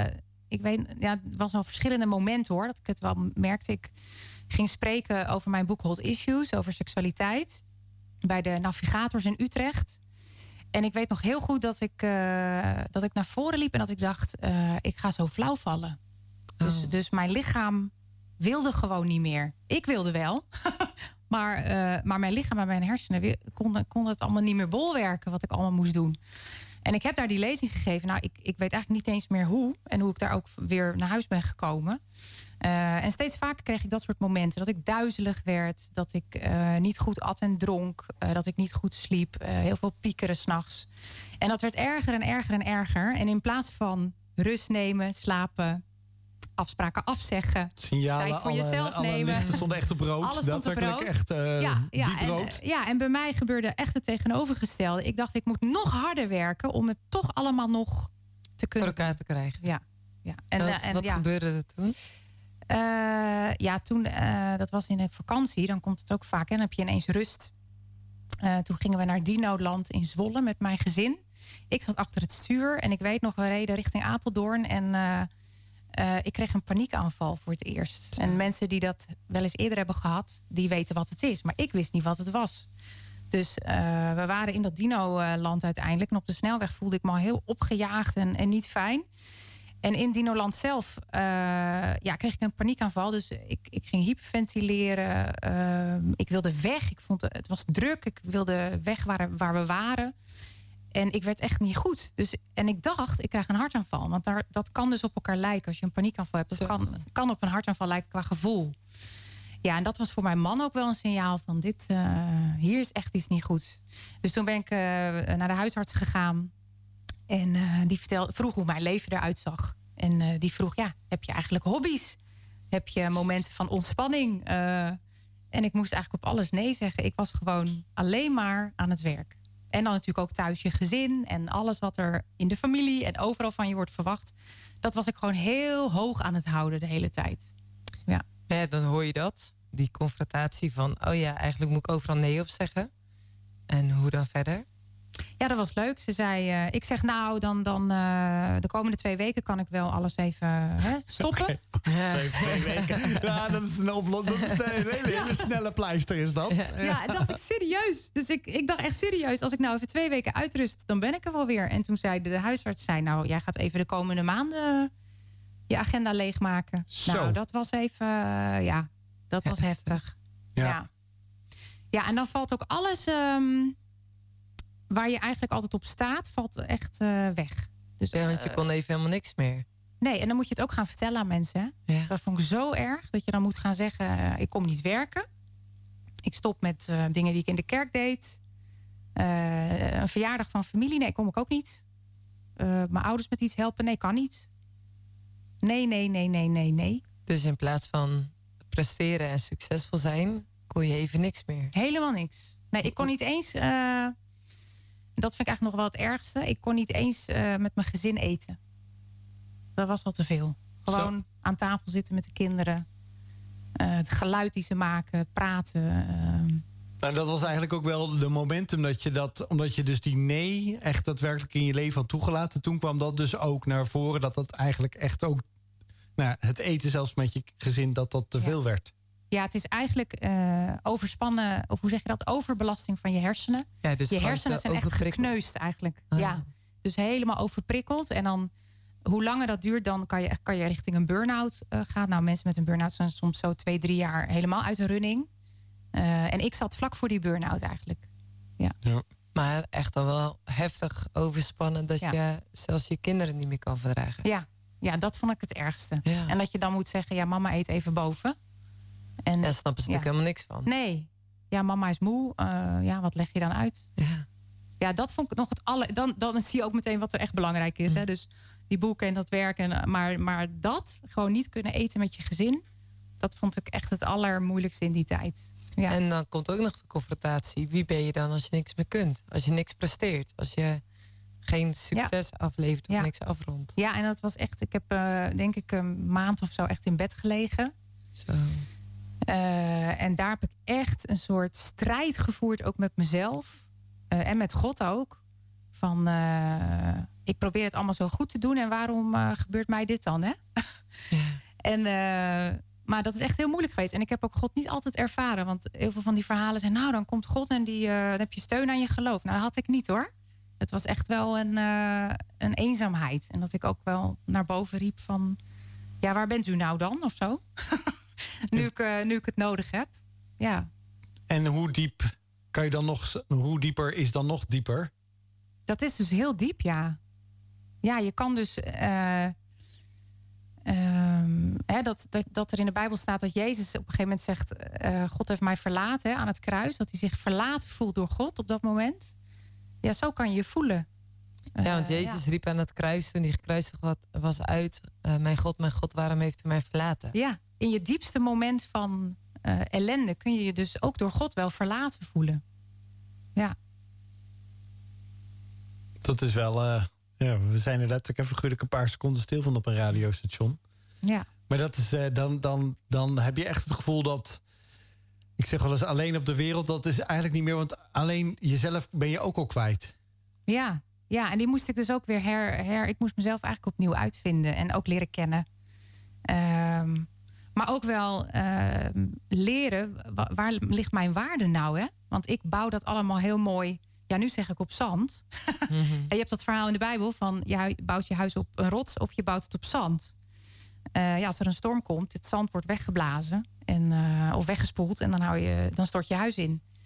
het was al verschillende momenten hoor. Dat ik het wel merkte. Ik ging spreken over mijn boek Hot Issues. Over seksualiteit. Bij de Navigators in Utrecht. En ik weet nog heel goed dat ik naar voren liep. En dat ik dacht, ik ga zo flauw vallen. Dus mijn lichaam wilde gewoon niet meer. Ik wilde wel. Maar mijn lichaam en mijn hersenen konden het allemaal niet meer bolwerken. Wat ik allemaal moest doen. En ik heb daar die lezing gegeven. Nou, ik weet eigenlijk niet eens meer hoe. En hoe ik daar ook weer naar huis ben gekomen. En steeds vaker kreeg ik dat soort momenten. Dat ik duizelig werd. Dat ik niet goed at en dronk. Dat ik niet goed sliep. Heel veel piekeren 's nachts. En dat werd erger en erger en erger. En in plaats van rust nemen, slapen, afspraken afzeggen, signalen, tijd voor jezelf nemen. Alles stonden echt op rood. Alles stond op rood. Echt diep rood. En bij mij gebeurde echt het tegenovergestelde. Ik dacht, ik moet nog harder werken om het toch allemaal nog te kunnen voor elkaar te krijgen. Ja. En wat gebeurde er toen? Toen, dat was in de vakantie. Dan komt het ook vaak. En dan heb je ineens rust. Toen gingen we naar Dinoland in Zwolle met mijn gezin. Ik zat achter het stuur. En ik weet nog, we reden richting Apeldoorn. En ik kreeg een paniekaanval voor het eerst. En mensen die dat wel eens eerder hebben gehad, die weten wat het is. Maar ik wist niet wat het was. Dus we waren in dat Dinoland uiteindelijk. En op de snelweg voelde ik me al heel opgejaagd en niet fijn. En in Dinoland zelf kreeg ik een paniekaanval. Dus ik ging hyperventileren. Ik wilde weg. Ik vond het was druk. Ik wilde weg waar we waren. En ik werd echt niet goed. En ik dacht, ik krijg een hartaanval. Want dat kan dus op elkaar lijken. Als je een paniekaanval hebt, dat kan op een hartaanval lijken qua gevoel. Ja, en dat was voor mijn man ook wel een signaal van hier is echt iets niet goed. Dus toen ben ik naar de huisarts gegaan. En die vroeg hoe mijn leven eruit zag. En die vroeg, heb je eigenlijk hobby's? Heb je momenten van ontspanning? En ik moest eigenlijk op alles nee zeggen. Ik was gewoon alleen maar aan het werk. En dan natuurlijk ook thuis je gezin. En alles wat er in de familie en overal van je wordt verwacht. Dat was ik gewoon heel hoog aan het houden de hele tijd. Ja, dan hoor je dat. Die confrontatie van, eigenlijk moet ik overal nee op zeggen. En hoe dan verder? Ja, dat was leuk. Ze zei, ik zeg dan de komende 2 weken kan ik wel alles even stoppen. Okay. 2 weken. Ja, dat is een oplossing. Dat is een hele snelle pleister is dat. Ja, en dacht ik serieus. Dus ik dacht echt serieus, als ik nou even 2 weken uitrust, dan ben ik er wel weer. En toen zei de huisarts, jij gaat even de komende maanden je agenda leegmaken. Zo. Nou, dat was even, dat was heftig. Ja, en dan valt ook alles waar je eigenlijk altijd op staat, valt echt weg. Dus, want je kon even helemaal niks meer. Nee, en dan moet je het ook gaan vertellen aan mensen. Ja. Dat vond ik zo erg, dat je dan moet gaan zeggen, ik kom niet werken. Ik stop met dingen die ik in de kerk deed. Een verjaardag van familie, nee, kom ik ook niet. Mijn ouders met iets helpen, nee, kan niet. Nee. Dus in plaats van presteren en succesvol zijn, kon je even niks meer? Helemaal niks. Nee, ik kon niet eens, dat vind ik eigenlijk nog wel het ergste. Ik kon niet eens met mijn gezin eten. Dat was al te veel. Gewoon aan tafel zitten met de kinderen. Het geluid die ze maken, praten. En dat was eigenlijk ook wel de momentum omdat je dus die nee echt daadwerkelijk in je leven had toegelaten. Toen kwam dat dus ook naar voren, dat eigenlijk echt ook, het eten zelfs met je gezin, dat te veel werd. Ja, het is eigenlijk overspannen, of hoe zeg je dat, overbelasting van je hersenen. Ja, dus je hersenen zijn echt gekneusd eigenlijk. Ja, dus helemaal overprikkeld. En dan, hoe langer dat duurt, dan kan je richting een burn-out gaan. Nou, mensen met een burn-out zijn soms zo 2-3 jaar helemaal uit de running. En ik zat vlak voor die burn-out eigenlijk. Ja. Maar echt al wel heftig overspannen dat je zelfs je kinderen niet meer kan verdragen. Ja, dat vond ik het ergste. Ja. En dat je dan moet zeggen, mama eet even boven. En daar snappen ze natuurlijk helemaal niks van. Nee. Ja, mama is moe. Wat leg je dan uit? Ja, dat vond ik nog het dan zie je ook meteen wat er echt belangrijk is. Hè? Dus die boeken en dat werk. Maar dat, gewoon niet kunnen eten met je gezin, dat vond ik echt het allermoeilijkste in die tijd. Ja. En dan komt ook nog de confrontatie. Wie ben je dan als je niks meer kunt? Als je niks presteert? Als je geen succes aflevert of niks afrondt? Ja, en dat was echt, ik heb denk ik een maand of zo echt in bed gelegen. Zo. En daar heb ik echt een soort strijd gevoerd, ook met mezelf. En met God ook. Van, ik probeer het allemaal zo goed te doen. En waarom gebeurt mij dit dan, hè? Maar dat is echt heel moeilijk geweest. En ik heb ook God niet altijd ervaren. Want heel veel van die verhalen zijn, dan komt God en dan heb je steun aan je geloof. Nou, dat had ik niet, hoor. Het was echt wel een eenzaamheid. En dat ik ook wel naar boven riep van, waar bent u nou dan? Of zo. nu ik het nodig heb. Ja. En hoe diep kan je dan nog, hoe dieper is dan nog dieper? Dat is dus heel diep, ja. Ja, je kan dus dat er in de Bijbel staat dat Jezus op een gegeven moment zegt, God heeft mij verlaten aan het kruis. Dat hij zich verlaten voelt door God op dat moment. Ja, zo kan je je voelen. Ja, want Jezus riep aan het kruis toen hij gekruisigd was uit, mijn God, waarom heeft u mij verlaten? Ja, in je diepste moment van ellende kun je je dus ook door God wel verlaten voelen. Ja. Dat is wel, we zijn er letterlijk even figuurlijk een paar seconden stil van op een radiostation. Ja. Maar dat is, dan heb je echt het gevoel dat, ik zeg wel eens, alleen op de wereld, dat is eigenlijk niet meer, want alleen jezelf ben je ook al kwijt. Ja, en die moest ik dus ook weer ik moest mezelf eigenlijk opnieuw uitvinden en ook leren kennen. Maar ook wel leren, waar ligt mijn waarde nou, hè? Want ik bouw dat allemaal heel mooi. Ja, nu zeg ik op zand. En je hebt dat verhaal in de Bijbel van, je bouwt je huis op een rots of je bouwt het op zand. Als er een storm komt, het zand wordt weggeblazen of weggespoeld en dan stort je huis in.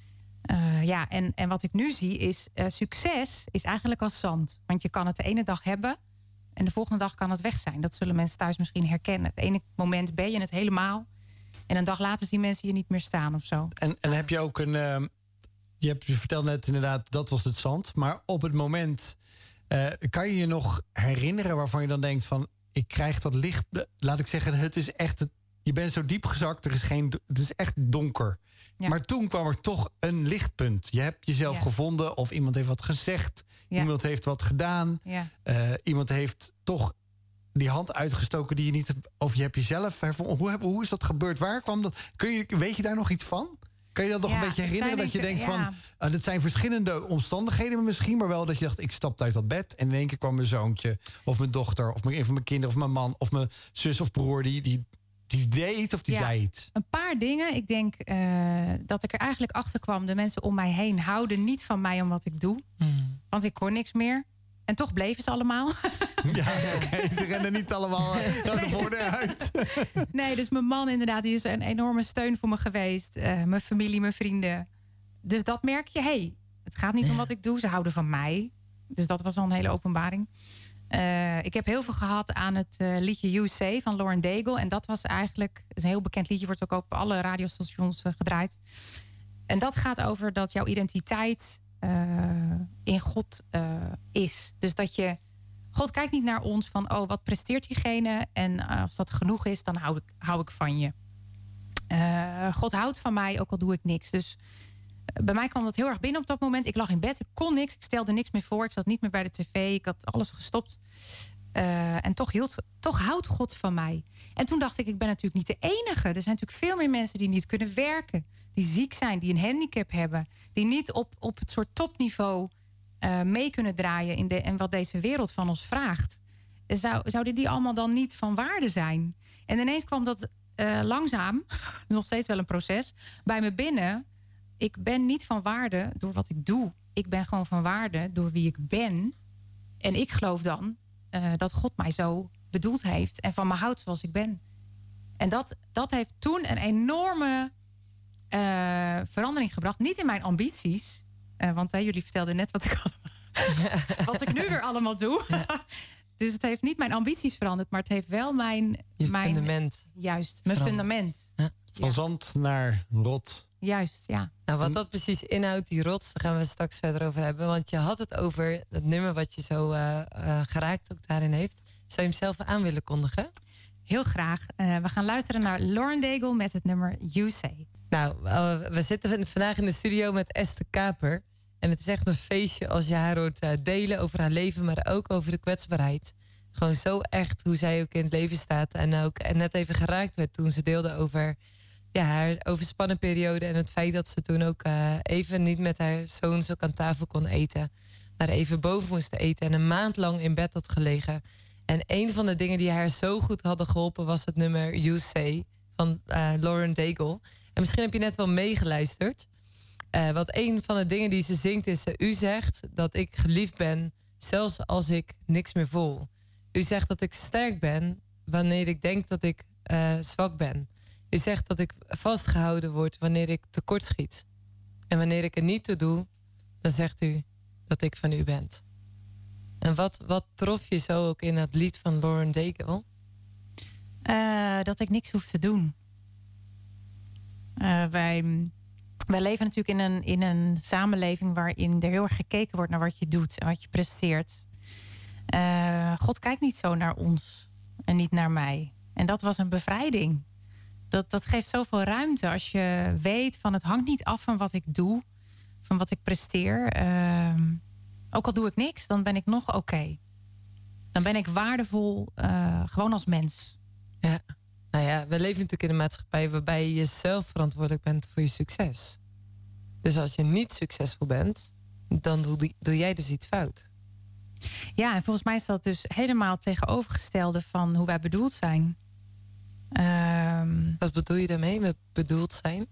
En wat ik nu zie is... succes is eigenlijk als zand. Want je kan het de ene dag hebben... en de volgende dag kan het weg zijn. Dat zullen mensen thuis misschien herkennen. Het ene moment ben je het helemaal... en een dag later zien mensen je niet meer staan of zo. En heb je ook een... Je vertelde net inderdaad, dat was het zand. Maar op het moment... kan je je nog herinneren waarvan je dan denkt van... ik krijg dat licht... Laat ik zeggen, het is echt... Je bent zo diep gezakt, het is echt donker. Ja. Maar toen kwam er toch een lichtpunt. Je hebt jezelf gevonden of iemand heeft wat gezegd. Ja. Iemand heeft wat gedaan. Ja. Iemand heeft toch die hand uitgestoken die je niet... Of je hebt jezelf hervonden. Hoe is dat gebeurd? Waar kwam dat? Weet je daar nog iets van? Kan je dat nog een beetje herinneren? Dat je denkt van... Het zijn verschillende omstandigheden misschien... maar wel dat je dacht, ik stapte uit dat bed... en in één keer kwam mijn zoontje of mijn dochter... of een van mijn kinderen of mijn man of mijn zus of broer... die deed iets of die zei iets? Een paar dingen. Ik denk dat ik er eigenlijk achter kwam... de mensen om mij heen houden niet van mij om wat ik doe. Want ik kon niks meer. En toch bleven ze allemaal. Ja, okay. Ze rennen niet allemaal de voordeur uit. Nee, dus mijn man inderdaad, die is een enorme steun voor me geweest. Mijn familie, mijn vrienden. Dus dat merk je. Het gaat niet om wat ik doe. Ze houden van mij. Dus dat was al een hele openbaring. Ik heb heel veel gehad aan het liedje You Say van Lauren Daigle. En dat was eigenlijk... Het is een heel bekend liedje, wordt ook op alle radiostations gedraaid. En dat gaat over dat jouw identiteit in God is. Dus dat je... God kijkt niet naar ons van... oh, wat presteert diegene? En als dat genoeg is, dan hou ik van je. God houdt van mij, ook al doe ik niks. Dus bij mij kwam dat heel erg binnen op dat moment. Ik lag in bed, ik kon niks, ik stelde niks meer voor. Ik zat niet meer bij de tv, ik had alles gestopt. En toch houdt God van mij. En toen dacht ik ben natuurlijk niet de enige. Er zijn natuurlijk veel meer mensen die niet kunnen werken. Die ziek zijn, die een handicap hebben. Die niet op het soort topniveau mee kunnen draaien... in wat deze wereld van ons vraagt. Zouden die allemaal dan niet van waarde zijn? En ineens kwam dat langzaam, nog steeds wel een proces... bij me binnen... Ik ben niet van waarde door wat ik doe. Ik ben gewoon van waarde door wie ik ben. En ik geloof dan dat God mij zo bedoeld heeft... en van me houdt zoals ik ben. En dat heeft toen een enorme verandering gebracht. Niet in mijn ambities. Want jullie vertelden net wat ik nu weer allemaal doe. Ja. Dus het heeft niet mijn ambities veranderd... maar het heeft wel mijn fundament. Juist, mijn fundament. Ja. Van zand naar rot. Juist, ja. Nou, wat dat precies inhoudt, die rots, daar gaan we straks verder over hebben. Want je had het over het nummer wat je zo geraakt ook daarin heeft. Zou je hem zelf aan willen kondigen? Heel graag. We gaan luisteren naar Lauren Daigle met het nummer You Say. Nou, we zitten vandaag in de studio met Esther Kaper. En het is echt een feestje als je haar hoort delen over haar leven, maar ook over de kwetsbaarheid. Gewoon zo echt hoe zij ook in het leven staat. En ook net even geraakt werd toen ze deelde over haar overspannen periode. En het feit dat ze toen ook even niet met haar zoons ook aan tafel kon eten. Maar even boven moest eten en een maand lang in bed had gelegen. En een van de dingen die haar zo goed hadden geholpen was het nummer You Say van Lauren Daigle. En misschien heb je net wel meegeluisterd. Want een van de dingen die ze zingt is... U zegt dat ik geliefd ben, zelfs als ik niks meer voel. U zegt dat ik sterk ben, wanneer ik denk dat ik zwak ben. U zegt dat ik vastgehouden word wanneer ik tekortschiet. En wanneer ik er niet toe doe, dan zegt u dat ik van u ben. En wat trof je zo ook in het lied van Lauren Daigle? Dat ik niks hoef te doen. Wij leven natuurlijk in een samenleving waarin er heel erg gekeken wordt naar wat je doet en wat je presteert. God kijkt niet zo naar ons en niet naar mij. En dat was een bevrijding. Dat geeft zoveel ruimte als je weet van het hangt niet af van wat ik doe, van wat ik presteer. Ook al doe ik niks, dan ben ik nog oké. Dan ben ik waardevol, gewoon als mens. Ja. Nou ja, we leven natuurlijk in een maatschappij waarbij je zelf verantwoordelijk bent voor je succes. Dus als je niet succesvol bent, dan doe jij dus iets fout. Ja, en volgens mij is dat dus helemaal tegenovergestelde van hoe wij bedoeld zijn. Wat bedoel je daarmee met bedoeld zijn?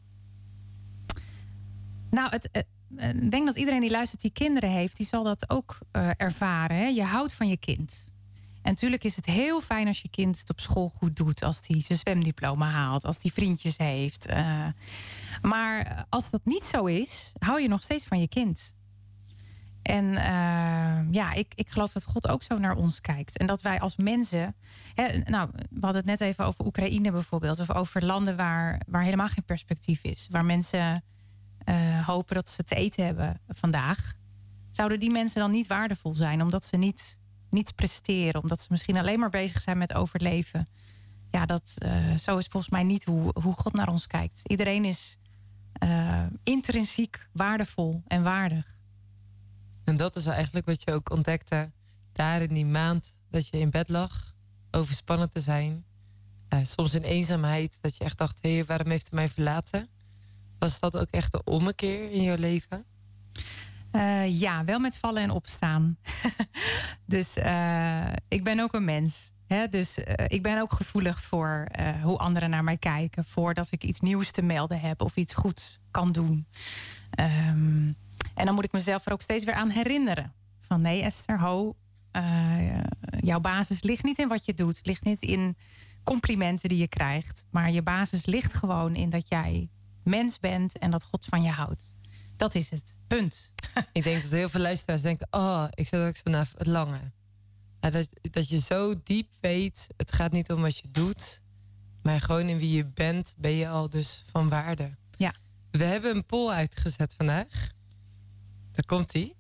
Nou, ik denk dat iedereen die luistert die kinderen heeft, die zal dat ook ervaren. Hè? Je houdt van je kind. En natuurlijk is het heel fijn als je kind het op school goed doet. Als hij zijn zwemdiploma haalt. Als hij vriendjes heeft. Maar als dat niet zo is, hou je nog steeds van je kind. En ik geloof dat God ook zo naar ons kijkt. En dat wij als mensen... we hadden het net even over Oekraïne bijvoorbeeld. Of over landen waar helemaal geen perspectief is. Waar mensen hopen dat ze te eten hebben vandaag. Zouden die mensen dan niet waardevol zijn? Omdat ze niet presteren. Omdat ze misschien alleen maar bezig zijn met overleven. Ja, zo is volgens mij niet hoe God naar ons kijkt. Iedereen is intrinsiek waardevol en waardig. En dat is eigenlijk wat je ook ontdekte daar in die maand dat je in bed lag, overspannen te zijn. Soms in eenzaamheid, dat je echt dacht, hé, waarom heeft hij mij verlaten? Was dat ook echt de ommekeer in jouw leven? Ja, wel met vallen en opstaan. Dus ik ben ook een mens. Dus ik ben ook gevoelig voor hoe anderen naar mij kijken. Voordat ik iets nieuws te melden heb of iets goeds kan doen. En dan moet ik mezelf er ook steeds weer aan herinneren. Van nee Esther, jouw basis ligt niet in wat je doet. Ligt niet in complimenten die je krijgt. Maar je basis ligt gewoon in dat jij mens bent en dat God van je houdt. Dat is het. Punt. Ik denk dat heel veel luisteraars denken, ik zit ook zo naar het lange. Dat je zo diep weet, het gaat niet om wat je doet. Maar gewoon in wie je bent, ben je al dus van waarde. Ja. We hebben een poll uitgezet vandaag. Daar komt-ie.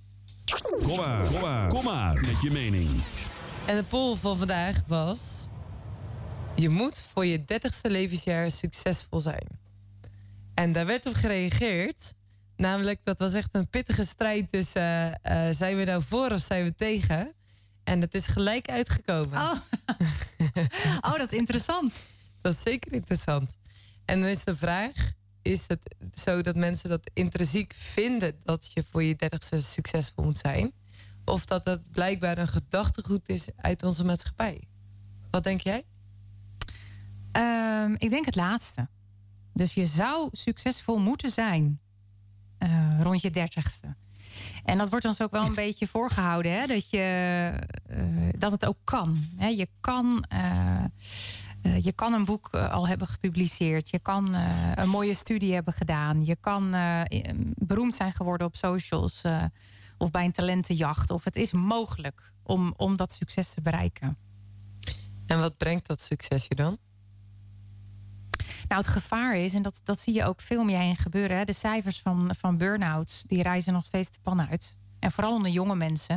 Kom maar met je mening. En de poll van vandaag was: je moet voor je 30ste levensjaar succesvol zijn. En daar werd op gereageerd. Namelijk, dat was echt een pittige strijd. Dus zijn we nou voor of zijn we tegen? En het is gelijk uitgekomen. Oh, dat is interessant. Dat is zeker interessant. En dan is de vraag: is het zo dat mensen dat intrinsiek vinden dat je voor je 30ste succesvol moet zijn? Of dat het blijkbaar een gedachtegoed is uit onze maatschappij? Wat denk jij? Ik denk het laatste. Dus je zou succesvol moeten zijn rond je 30ste. En dat wordt ons ook wel een beetje voorgehouden. Hè? Dat het ook kan. Hè? Je kan een boek al hebben gepubliceerd. Je kan een mooie studie hebben gedaan. Je kan beroemd zijn geworden op socials. Of bij een talentenjacht. Of het is mogelijk om dat succes te bereiken. En wat brengt dat succes je dan? Nou, het gevaar is, en dat zie je ook veel om je heen gebeuren. Hè? De cijfers van burn-outs, die reizen nog steeds de pan uit. En vooral onder jonge mensen.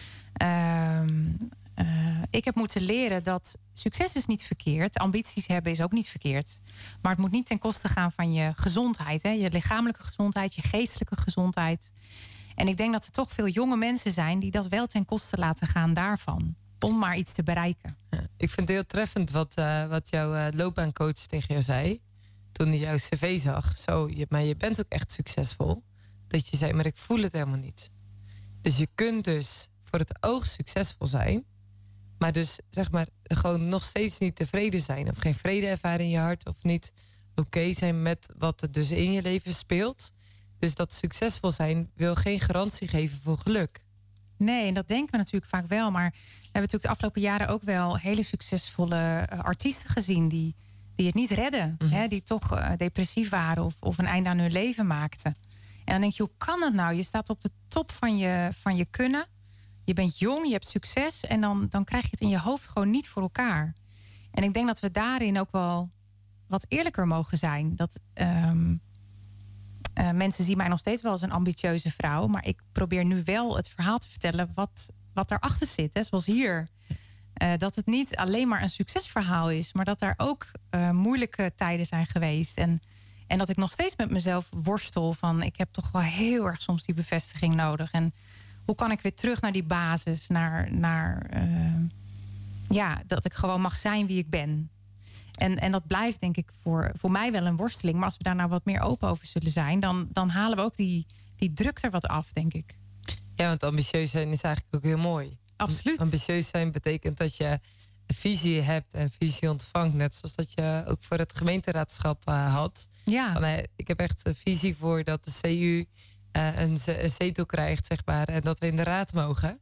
Ik heb moeten leren dat succes is niet verkeerd. Ambities hebben is ook niet verkeerd. Maar het moet niet ten koste gaan van je gezondheid. Hè? Je lichamelijke gezondheid, je geestelijke gezondheid. En ik denk dat er toch veel jonge mensen zijn die dat wel ten koste laten gaan daarvan. Om maar iets te bereiken. Ja, ik vind het heel treffend wat jouw loopbaancoach tegen jou zei. Toen hij jouw cv zag. Maar je bent ook echt succesvol. Dat je zei, maar ik voel het helemaal niet. Dus je kunt dus voor het oog succesvol zijn. Maar dus zeg maar gewoon nog steeds niet tevreden zijn. Of geen vrede ervaren in je hart. Of niet oké zijn met wat er dus in je leven speelt. Dus dat succesvol zijn wil geen garantie geven voor geluk. Nee, en dat denken we natuurlijk vaak wel. Maar we hebben natuurlijk de afgelopen jaren ook wel hele succesvolle artiesten gezien die het niet redden. Mm-hmm. Hè, die toch depressief waren of een einde aan hun leven maakten. En dan denk je, hoe kan dat nou? Je staat op de top van je kunnen. Je bent jong, je hebt succes. En dan krijg je het in je hoofd gewoon niet voor elkaar. En ik denk dat we daarin ook wel wat eerlijker mogen zijn. Dat mensen zien mij nog steeds wel als een ambitieuze vrouw. Maar ik probeer nu wel het verhaal te vertellen wat daarachter zit. Hè? Zoals hier. Dat het niet alleen maar een succesverhaal is. Maar dat er ook moeilijke tijden zijn geweest. En dat ik nog steeds met mezelf worstel. Van ik heb toch wel heel erg soms die bevestiging nodig. En hoe kan ik weer terug naar die basis. Dat ik gewoon mag zijn wie ik ben. En dat blijft denk ik voor mij wel een worsteling. Maar als we daar nou wat meer open over zullen zijn... dan halen we ook die druk er wat af, denk ik. Ja, want ambitieus zijn is eigenlijk ook heel mooi. Absoluut. Ambitieus zijn betekent dat je een visie hebt en visie ontvangt. Net zoals dat je ook voor het gemeenteraadschap had. Ja. Ik heb echt een visie voor dat de CU een zetel krijgt, zeg maar. En dat we in de raad mogen.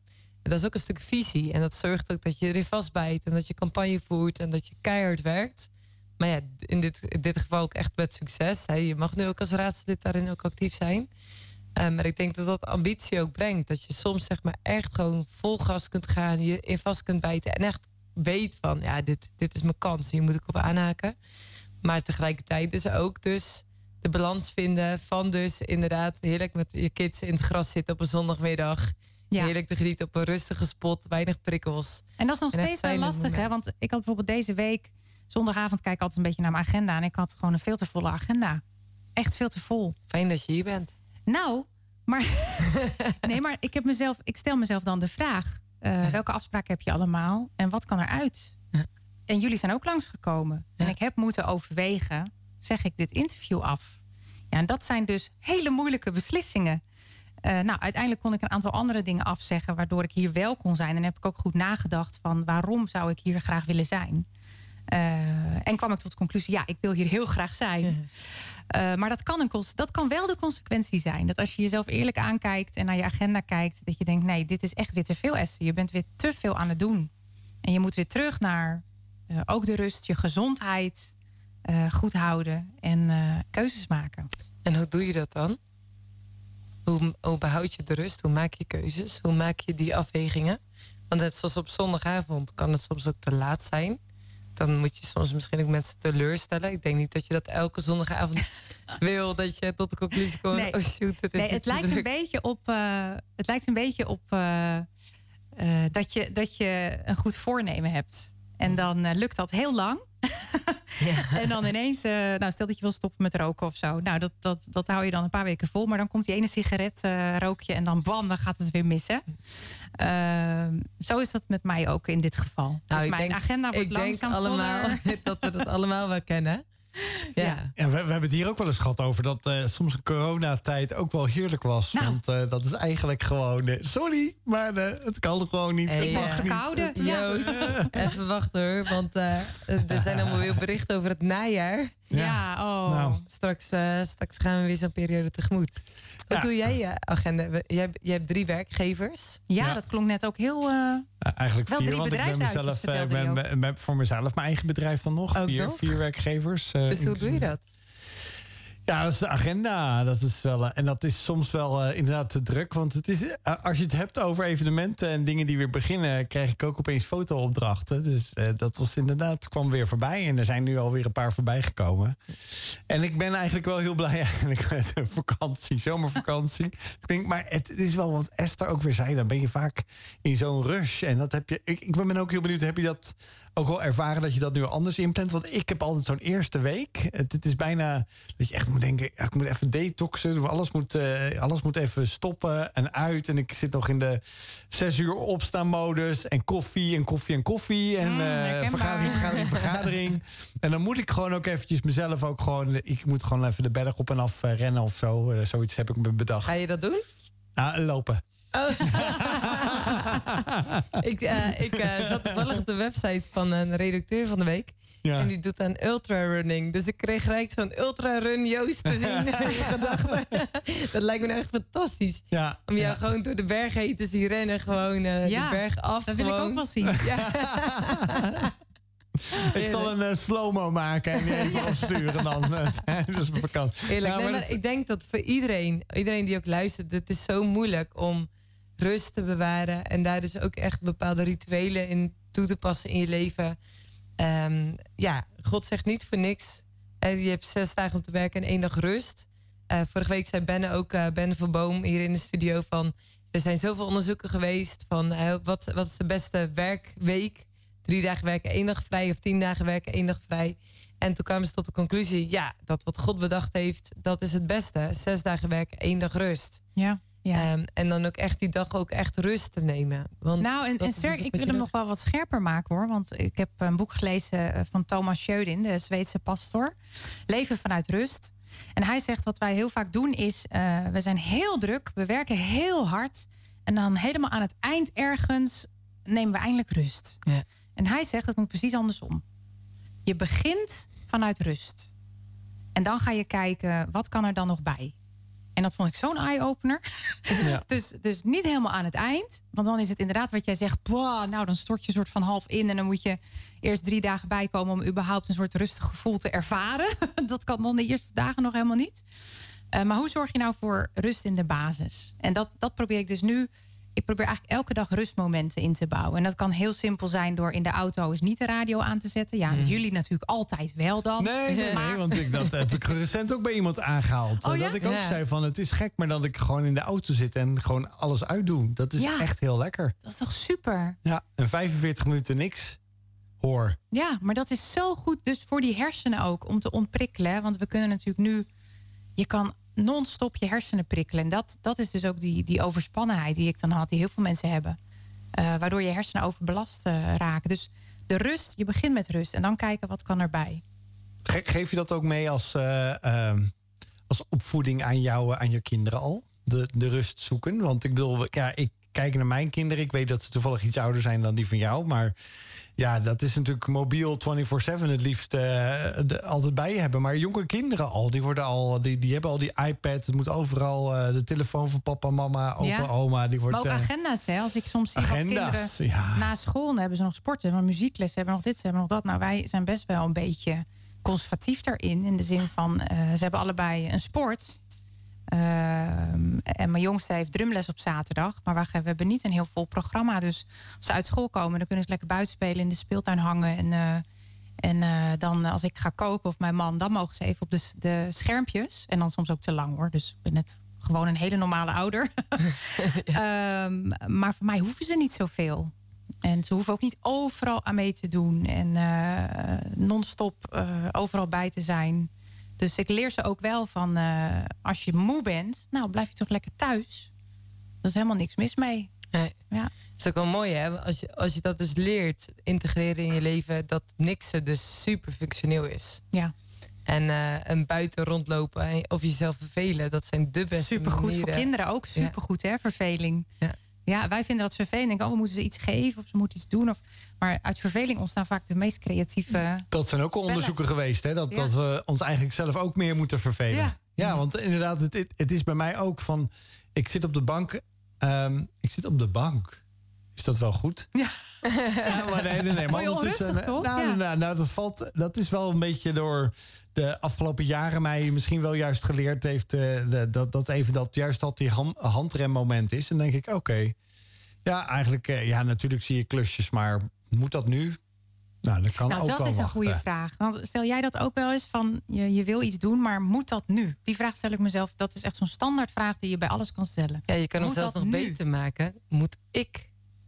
dat is ook een stuk visie. En dat zorgt ook dat je erin vastbijt. En dat je campagne voert. En dat je keihard werkt. Maar ja, in dit geval ook echt met succes. Hè. Je mag nu ook als raadslid daarin ook actief zijn. Maar ik denk dat dat ambitie ook brengt. Dat je soms zeg maar echt gewoon vol gas kunt gaan. Je in vast kunt bijten. En echt weet van, ja, dit is mijn kans. Hier moet ik op aanhaken. Maar tegelijkertijd dus ook dus de balans vinden van dus inderdaad heerlijk met je kids in het gras zitten op een zondagmiddag. Ja. Heerlijk te genieten op een rustige spot, weinig prikkels. En dat is nog steeds wel lastig, hè? Want ik had bijvoorbeeld deze week, zondagavond kijk ik altijd een beetje naar mijn agenda. En ik had gewoon een veel te volle agenda. Echt veel te vol. Fijn dat je hier bent. Nou, maar nee, maar ik stel mezelf dan de vraag. Welke afspraken heb je allemaal? En wat kan eruit? Ja. En jullie zijn ook langsgekomen. Ja. En ik heb moeten overwegen, zeg ik dit interview af? Ja, en dat zijn dus hele moeilijke beslissingen. Nou, uiteindelijk kon ik een aantal andere dingen afzeggen, waardoor ik hier wel kon zijn. En heb ik ook goed nagedacht van waarom zou ik hier graag willen zijn? En kwam ik tot de conclusie, ja, ik wil hier heel graag zijn. Maar dat kan wel de consequentie zijn. Dat als je jezelf eerlijk aankijkt en naar je agenda kijkt, dat je denkt, nee, dit is echt weer te veel, Esther. Je bent weer te veel aan het doen. En je moet weer terug naar ook de rust, je gezondheid goed houden en keuzes maken. En hoe doe je dat dan? Hoe behoud je de rust? Hoe maak je keuzes? Hoe maak je die afwegingen? Want net zoals op zondagavond kan het soms ook te laat zijn. Dan moet je soms misschien ook mensen teleurstellen. Ik denk niet dat je dat elke zondagavond wil. Dat je tot de conclusie komt. Nee. Oh shoot, het lijkt een beetje op dat je een goed voornemen hebt. En dan lukt dat heel lang. Ja. En dan ineens, stel dat je wil stoppen met roken of zo. Nou, dat hou je dan een paar weken vol. Maar dan komt die ene sigaret, rook je en dan bam, dan gaat het weer missen. Zo is dat met mij ook in dit geval. Nou, dus mijn agenda wordt langzaam voller. Ik denk dat we dat allemaal wel kennen. Ja. Ja, we hebben het hier ook wel eens gehad over dat soms een coronatijd ook wel heerlijk was. Nou. Want dat is eigenlijk gewoon, sorry, maar het kan gewoon niet. Het mag niet. Joost, even wachten hoor, want er zijn allemaal weer berichten over het najaar. Ja, Nou. Straks gaan we weer zo'n periode tegemoet. Hoe doe jij je agenda? Je hebt 3 werkgevers. Ja, dat klonk net ook heel... eigenlijk wel 4, want ik ben mezelf, voor mezelf mijn eigen bedrijf dan nog. 4 werkgevers. Dus hoe doe je dat? Ja, dat is de agenda. Dat is wel, en dat is soms wel inderdaad te druk. Want het is, als je het hebt over evenementen en dingen die weer beginnen, krijg ik ook opeens fotoopdrachten. Dus dat was inderdaad, kwam weer voorbij. En er zijn nu alweer een paar voorbij gekomen. En ik ben eigenlijk wel heel blij eigenlijk met de vakantie, zomervakantie. Maar het is wel wat Esther ook weer zei. Dan ben je vaak in zo'n rush. En dat heb je. Ik ben ook heel benieuwd, heb je dat ook wel ervaren dat je dat nu anders inplant? Want ik heb altijd zo'n eerste week. Het is bijna dat je echt moet denken, ja, ik moet even detoxen. Alles moet even stoppen en uit. En ik zit nog in de 6 uur opstaan modus. En koffie en koffie en koffie. En vergadering. En dan moet ik gewoon ook eventjes mezelf ook gewoon... Ik moet gewoon even de berg op en af rennen of zo. Zoiets heb ik me bedacht. Ga je dat doen? Lopen. Oh. Ik zat toevallig op de website van een redacteur van de week. Ja. En die doet aan ultrarunning. Dus ik kreeg gelijk zo'n ultrarun Joost te zien. Dat lijkt me nou echt fantastisch. Ja. Om jou gewoon door de berg heen te zien rennen. Gewoon de berg af. Dat wil ik ook wel zien. Ja. Ik zal een slow-mo maken en die even opsturen dan. Dus mijn vakantie. Eerlijk, maar ik denk dat voor iedereen die ook luistert, het is zo moeilijk om rust te bewaren en daar dus ook echt bepaalde rituelen in toe te passen in je leven. God zegt niet voor niks. Je hebt 6 dagen om te werken en 1 dag rust. Vorige week zei Ben van Boom hier in de studio van, er zijn zoveel onderzoeken geweest van wat is de beste werkweek? 3 dagen werken, 1 dag vrij, of 10 dagen werken, 1 dag vrij. En toen kwamen ze tot de conclusie, ja, dat wat God bedacht heeft, dat is het beste. 6 dagen werken, 1 dag rust. Ja. En dan ook echt die dag ook echt rust te nemen. Want en sterk, ik wil hem nog wel wat scherper maken hoor. Want ik heb een boek gelezen van Thomas Sjödin, de Zweedse pastor. Leven vanuit rust. En hij zegt wat wij heel vaak doen is, we zijn heel druk, we werken heel hard. En dan helemaal aan het eind ergens nemen we eindelijk rust. Ja. En hij zegt, het moet precies andersom. Je begint vanuit rust. En dan ga je kijken, wat kan er dan nog bij? En dat vond ik zo'n eye-opener. Ja. Dus niet helemaal aan het eind. Want dan is het inderdaad wat jij zegt. Nou, dan stort je een soort van half in. En dan moet je eerst 3 dagen bijkomen om überhaupt een soort rustig gevoel te ervaren. Dat kan dan de eerste dagen nog helemaal niet. Maar hoe zorg je nou voor rust in de basis? En dat probeer ik dus nu. Ik probeer eigenlijk elke dag rustmomenten in te bouwen. En dat kan heel simpel zijn door in de auto eens niet de radio aan te zetten. Ja, jullie natuurlijk altijd wel dan. Nee, want dat heb ik recent ook bij iemand aangehaald. Oh, ja? Dat ik ook zei van het is gek, maar dat ik gewoon in de auto zit en gewoon alles uitdoe. Dat is echt heel lekker. Dat is toch super? Ja, en 45 minuten niks hoor. Ja, maar dat is zo goed dus voor die hersenen ook om te ontprikkelen. Want we kunnen natuurlijk nu. Je kan non-stop je hersenen prikkelen. En dat is dus ook die overspannenheid die ik dan had, die heel veel mensen hebben. Waardoor je hersenen overbelast raken. Dus de rust, je begint met rust en dan kijken wat kan erbij. Geef je dat ook mee als opvoeding aan je kinderen al? De rust zoeken? Want ik bedoel, ik kijk naar mijn kinderen. Ik weet dat ze toevallig iets ouder zijn dan die van jou. Maar ja, dat is natuurlijk mobiel 24/7 het liefst altijd bij je hebben. Maar jonge kinderen al, die hebben al die iPad. Het moet overal de telefoon van papa, mama, opa, oma. Die wordt, maar ook agenda's, hè? Als ik soms zie wat kinderen na school, dan hebben ze nog sporten, hebben muziekles, hebben nog dit, ze hebben nog dat. Nou, wij zijn best wel een beetje conservatief daarin. In de zin van, ze hebben allebei een sport. En mijn jongste heeft drumles op zaterdag. Maar we hebben niet een heel vol programma. Dus als ze uit school komen, dan kunnen ze lekker buiten spelen, in de speeltuin hangen. En dan als ik ga koken of mijn man, dan mogen ze even op de schermpjes. En dan soms ook te lang hoor. Dus ik ben net gewoon een hele normale ouder. Maar voor mij hoeven ze niet zoveel. En ze hoeven ook niet overal aan mee te doen. En non-stop overal bij te zijn. Dus ik leer ze ook wel van, als je moe bent, nou blijf je toch lekker thuis. Er is helemaal niks mis mee. Nee. Ja. Dat is ook wel mooi, hè? Als je dat dus leert integreren in je leven, dat niks dus super functioneel is. Ja. En buiten rondlopen of jezelf vervelen, dat zijn de beste supergoed manieren. Voor kinderen ook supergoed, hè? Verveling. Ja, wij vinden dat vervelend. Denken, we moeten ze iets geven of ze moeten iets doen. Maar uit verveling ontstaan vaak de meest creatieve Dat zijn ook spellen. onderzoeken geweest, hè? Dat we ons eigenlijk zelf ook meer moeten vervelen. Ja, want inderdaad, het is bij mij ook van, ik zit op de bank. Is dat wel goed? Ja. Maar nee. Maar je onrustig, toch? Dat is wel een beetje door de afgelopen jaren mij misschien wel juist geleerd heeft dat juist dat die handremmoment is. En dan denk ik, oké. Ja, eigenlijk, natuurlijk zie je klusjes, maar moet dat nu? Nou, dat kan ook wel wachten. Dat is een goede vraag. Want stel jij dat ook wel eens van, je wil iets doen, maar moet dat nu? Die vraag stel ik mezelf. Dat is echt zo'n standaardvraag die je bij alles kan stellen. Ja, je kan hem zelfs nog beter maken. Moet ik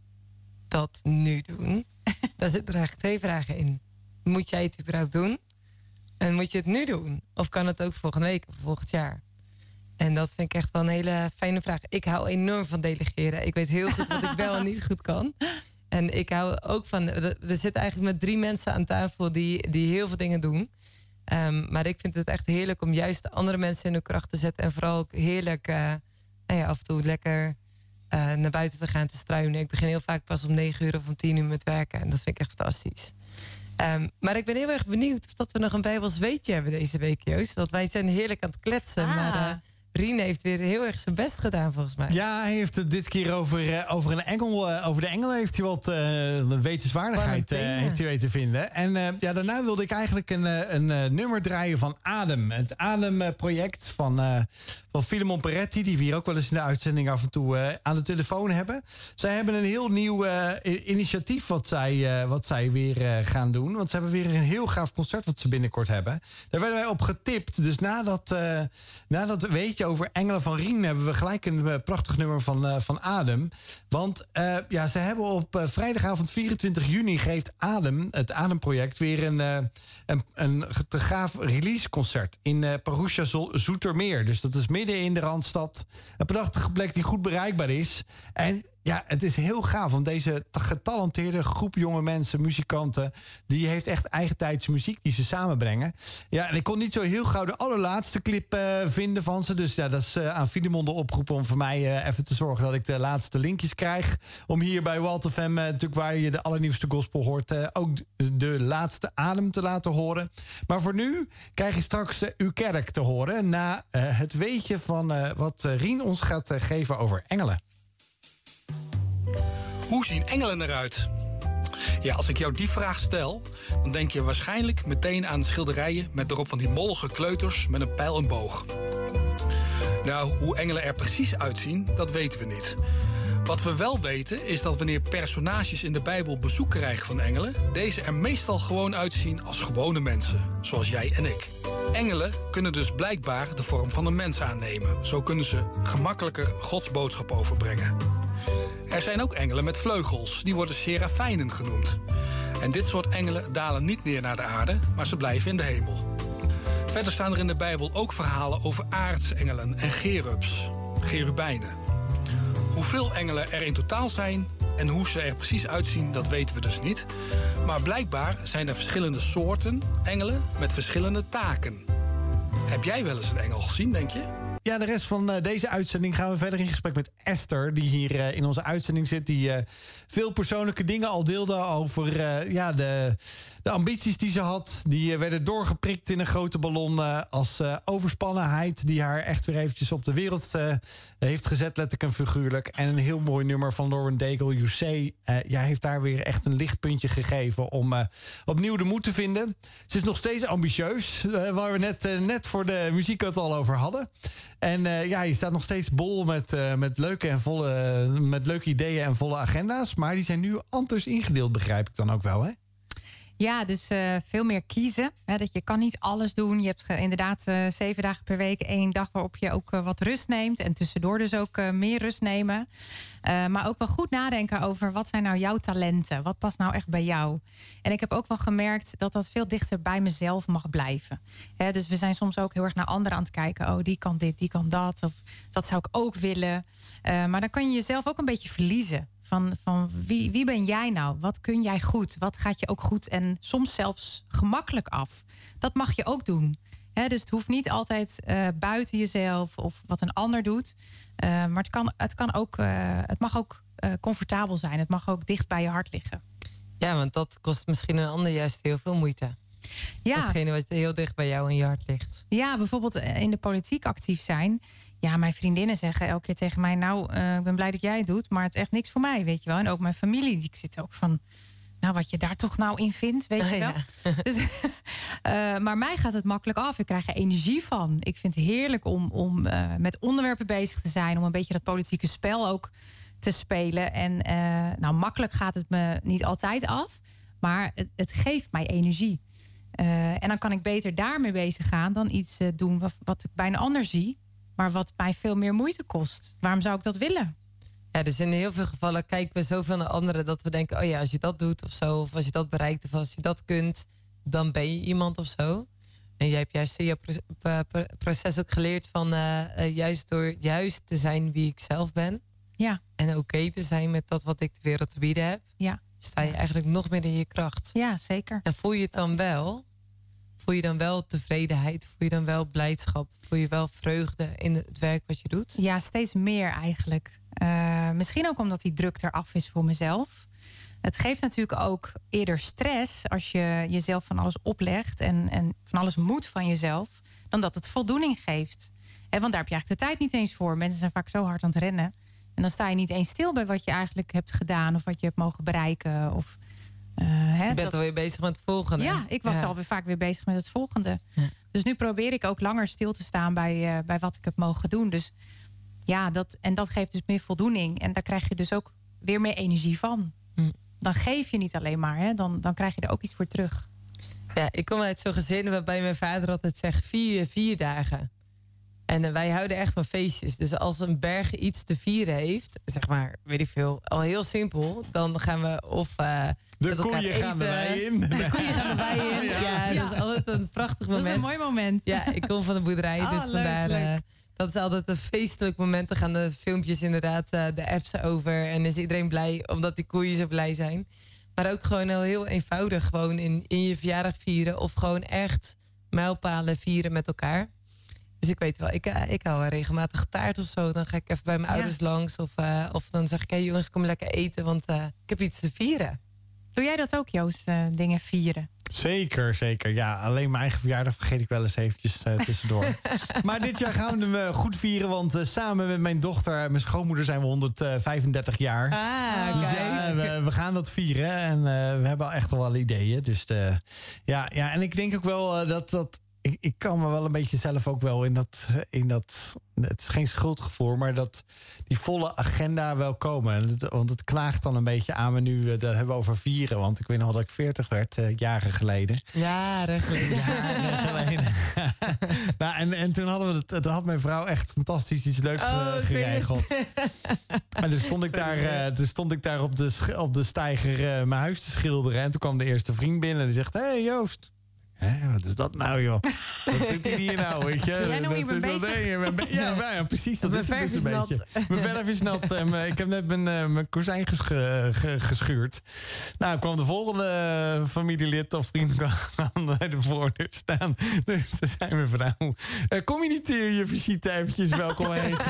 dat nu doen? Daar zitten er eigenlijk 2 vragen in. Moet jij het überhaupt doen? En moet je het nu doen? Of kan het ook volgende week of volgend jaar? En dat vind ik echt wel een hele fijne vraag. Ik hou enorm van delegeren. Ik weet heel goed wat ik wel en niet goed kan. En ik hou ook van... Er zitten eigenlijk met 3 mensen aan tafel die heel veel dingen doen. Maar ik vind het echt heerlijk om juist andere mensen in hun kracht te zetten. En vooral ook heerlijk af en toe lekker naar buiten te gaan te struinen. Ik begin heel vaak pas om 9 uur of om 10 uur met werken. En dat vind ik echt fantastisch. Maar ik ben heel erg benieuwd of dat we nog een Bijbels weetje hebben deze week, Joost. Dat wij zijn heerlijk aan het kletsen. Maar Rien heeft weer heel erg zijn best gedaan, volgens mij. Ja, hij heeft het dit keer over een engel. Over de engel heeft hij wat wetenswaardigheid heeft hij weten vinden. En daarna wilde ik eigenlijk een nummer draaien van Adem. Het Adem-project van Filemon Peretti, die we hier ook wel eens in de uitzending af en toe aan de telefoon hebben. Zij hebben een heel nieuw initiatief wat zij weer gaan doen. Want ze hebben weer een heel gaaf concert wat ze binnenkort hebben. Daar werden wij op getipt. Dus nadat weetje over Engelen van Rien hebben we gelijk een prachtig nummer van Adem. Want ze hebben op vrijdagavond 24 juni geeft Adem, het Ademproject, weer een te gaaf releaseconcert in Parousia Zoetermeer. Dus dat is midden in de Randstad. Een prachtige plek die goed bereikbaar is. En Ja, het is heel gaaf, want deze getalenteerde groep jonge mensen, muzikanten, die heeft echt eigentijds muziek die ze samenbrengen. Ja, en ik kon niet zo heel gauw de allerlaatste clip vinden van ze. Dus ja, dat is aan Filemon de oproep om voor mij even te zorgen dat ik de laatste linkjes krijg. Om hier bij Walt FM, natuurlijk waar je de allernieuwste gospel hoort, ook de laatste adem te laten horen. Maar voor nu krijg je straks uw kerk te horen na het weetje van wat Rien ons gaat geven over engelen. Hoe zien engelen eruit? Ja, als ik jou die vraag stel, dan denk je waarschijnlijk meteen aan schilderijen met erop van die mollige kleuters met een pijl en boog. Nou, hoe engelen er precies uitzien, dat weten we niet. Wat we wel weten is dat wanneer personages in de Bijbel bezoek krijgen van engelen, deze er meestal gewoon uitzien als gewone mensen, zoals jij en ik. Engelen kunnen dus blijkbaar de vorm van een mens aannemen. Zo kunnen ze gemakkelijker Gods boodschap overbrengen. Er zijn ook engelen met vleugels, die worden serafijnen genoemd. En dit soort engelen dalen niet neer naar de aarde, maar ze blijven in de hemel. Verder staan er in de Bijbel ook verhalen over aartsengelen en cherubijnen. Hoeveel engelen er in totaal zijn en hoe ze er precies uitzien, dat weten we dus niet. Maar blijkbaar zijn er verschillende soorten engelen met verschillende taken. Heb jij wel eens een engel gezien, denk je? Ja, de rest van deze uitzending gaan we verder in gesprek met Esther, die hier in onze uitzending zit, die veel persoonlijke dingen al deelde over de ambities die ze had. Die werden doorgeprikt in een grote ballon als overspannenheid, die haar echt weer eventjes op de wereld heeft gezet, letterlijk en figuurlijk. En een heel mooi nummer van Lauren Daigle, You Say, heeft daar weer echt een lichtpuntje gegeven om opnieuw de moed te vinden. Ze is nog steeds ambitieus, waar we net voor de muziek het al over hadden. En je staat nog steeds bol met leuke ideeën en volle agenda's. Maar die zijn nu anders ingedeeld, begrijp ik dan ook wel, hè? Ja, dus veel meer kiezen. Hè, dat je kan niet alles doen. Je hebt inderdaad 7 dagen per week 1 dag waarop je ook wat rust neemt. En tussendoor dus ook meer rust nemen. Maar ook wel goed nadenken over wat zijn nou jouw talenten? Wat past nou echt bij jou? En ik heb ook wel gemerkt dat dat veel dichter bij mezelf mag blijven. Hè, dus we zijn soms ook heel erg naar anderen aan het kijken. Oh, die kan dit, die kan dat. Of dat zou ik ook willen. Maar dan kan je jezelf ook een beetje verliezen. Van wie ben jij nou? Wat kun jij goed? Wat gaat je ook goed en soms zelfs gemakkelijk af? Dat mag je ook doen. He, dus het hoeft niet altijd buiten jezelf of wat een ander doet. Maar het mag ook comfortabel zijn. Het mag ook dicht bij je hart liggen. Ja, want dat kost misschien een ander juist heel veel moeite. Ja. Datgene wat heel dicht bij jou in je hart ligt. Ja, bijvoorbeeld in de politiek actief zijn. Ja, mijn vriendinnen zeggen elke keer tegen mij, nou, ik ben blij dat jij het doet, maar het is echt niks voor mij, weet je wel. En ook mijn familie, die zit ook van, nou, wat je daar toch nou in vindt, weet je wel. Ja. Dus, maar mij gaat het makkelijk af. Ik krijg er energie van. Ik vind het heerlijk om met onderwerpen bezig te zijn, om een beetje dat politieke spel ook te spelen. En makkelijk gaat het me niet altijd af, maar het geeft mij energie. En dan kan ik beter daarmee bezig gaan dan iets doen wat ik bij een ander zie, maar wat mij veel meer moeite kost. Waarom zou ik dat willen? Ja, dus in heel veel gevallen kijken we zoveel naar anderen dat we denken, oh ja, als je dat doet of zo, of als je dat bereikt of als je dat kunt, dan ben je iemand of zo. En jij hebt juist in jouw proces ook geleerd van juist door juist te zijn wie ik zelf ben. Ja. En oké te zijn met dat wat ik de wereld te bieden heb. Ja. Sta je eigenlijk nog meer in je kracht. Ja, zeker. En voel je het dan wel? Voel je dan wel tevredenheid? Voel je dan wel blijdschap? Voel je wel vreugde in het werk wat je doet? Ja, steeds meer eigenlijk. Misschien ook omdat die druk eraf is voor mezelf. Het geeft natuurlijk ook eerder stress als je jezelf van alles oplegt en van alles moet van jezelf, dan dat het voldoening geeft. Want daar heb je eigenlijk de tijd niet eens voor. Mensen zijn vaak zo hard aan het rennen. En dan sta je niet eens stil bij wat je eigenlijk hebt gedaan of wat je hebt mogen bereiken. Of, je bent alweer bezig met het volgende. Ja, ik was alweer vaak weer bezig met het volgende. Ja. Dus nu probeer ik ook langer stil te staan bij wat ik heb mogen doen. Dus ja, dat geeft dus meer voldoening. En daar krijg je dus ook weer meer energie van. Dan geef je niet alleen maar, hè? Dan krijg je er ook iets voor terug. Ja, ik kom uit zo'n gezin waarbij mijn vader altijd zegt 4 dagen. En wij houden echt van feestjes. Dus als een berg iets te vieren heeft, zeg maar, weet ik veel, al heel simpel, dan gaan we of de koeien gaan erbij in. De koeien gaan erbij in. Ja, dat is altijd een prachtig moment. Dat is een mooi moment. Ja, ik kom van de boerderij, dus vandaar Dat is altijd een feestelijk moment. Dan gaan de filmpjes inderdaad de apps over. En is iedereen blij omdat die koeien zo blij zijn. Maar ook gewoon heel eenvoudig. Gewoon in je verjaardag vieren. Of gewoon echt mijlpalen vieren met elkaar. Dus ik weet wel, ik hou wel regelmatig taart of zo. Dan ga ik even bij mijn ouders langs. Of dan zeg ik, hey jongens, kom lekker eten. Want ik heb iets te vieren. Doe jij dat ook, Joost, dingen vieren? Zeker. Ja, alleen mijn eigen verjaardag vergeet ik wel eens eventjes tussendoor. Maar dit jaar gaan we hem goed vieren. Want samen met mijn dochter en mijn schoonmoeder zijn we 135 jaar. Dus we gaan dat vieren. En we hebben al echt wel ideeën. Dus en ik denk ook wel dat ik kan me wel een beetje zelf ook wel in dat het is geen schuldgevoel, maar dat die volle agenda wel komen. Want het klaagt dan een beetje aan me nu dat hebben we over vieren. Want ik weet nog dat ik 40 werd, jaren geleden. Jaren geleden. Nou, en toen hadden we dat had mijn vrouw echt fantastisch iets leuks geregeld. En toen stond ik daar op de steiger mijn huis te schilderen. En toen kwam de eerste vriend binnen en die zegt: hey Joost. Wat is dat nou, joh? Wat doet hij hier nou, weet je? Jij nou hier bezig? Ja, precies. Dat is het dus een beetje. Mijn verf is nat. Ik heb net mijn kozijn geschuurd. Nou, kwam de volgende familielid of vriend bij de voordeur staan. Dus toen zei mijn vrouw: kom je niet je visite eventjes welkom heten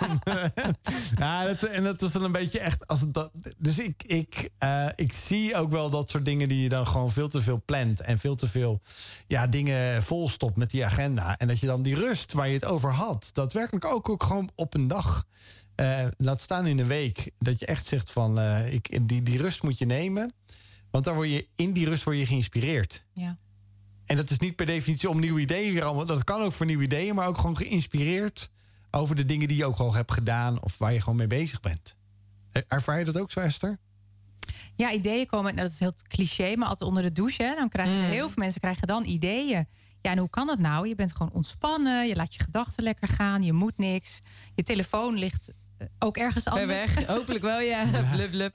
dan? En dat was dan een beetje echt... Dus ik zie ook wel dat soort dingen die je dan gewoon veel te veel plant. En veel te veel dingen volstopt met die agenda. En dat je dan die rust waar je het over had, daadwerkelijk ook gewoon op een dag laat staan in een week. Dat je echt zegt van die rust moet je nemen. Want dan in die rust word je geïnspireerd. Ja. En dat is niet per definitie om nieuwe ideeën weer allemaal. Dat kan ook voor nieuwe ideeën, maar ook gewoon geïnspireerd over de dingen die je ook al hebt gedaan of waar je gewoon mee bezig bent. Ervaar je dat ook zo, Esther? Ja, ideeën komen, dat is heel cliché, maar altijd onder de douche. Hè? Dan krijgen heel veel mensen krijgen dan ideeën. Ja, en hoe kan dat nou? Je bent gewoon ontspannen, je laat je gedachten lekker gaan, je moet niks. Je telefoon ligt ook ergens anders. Ver weg, hopelijk wel, ja. Blub, blub.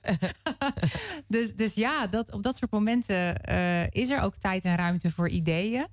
Dus ja, op dat soort momenten is er ook tijd en ruimte voor ideeën.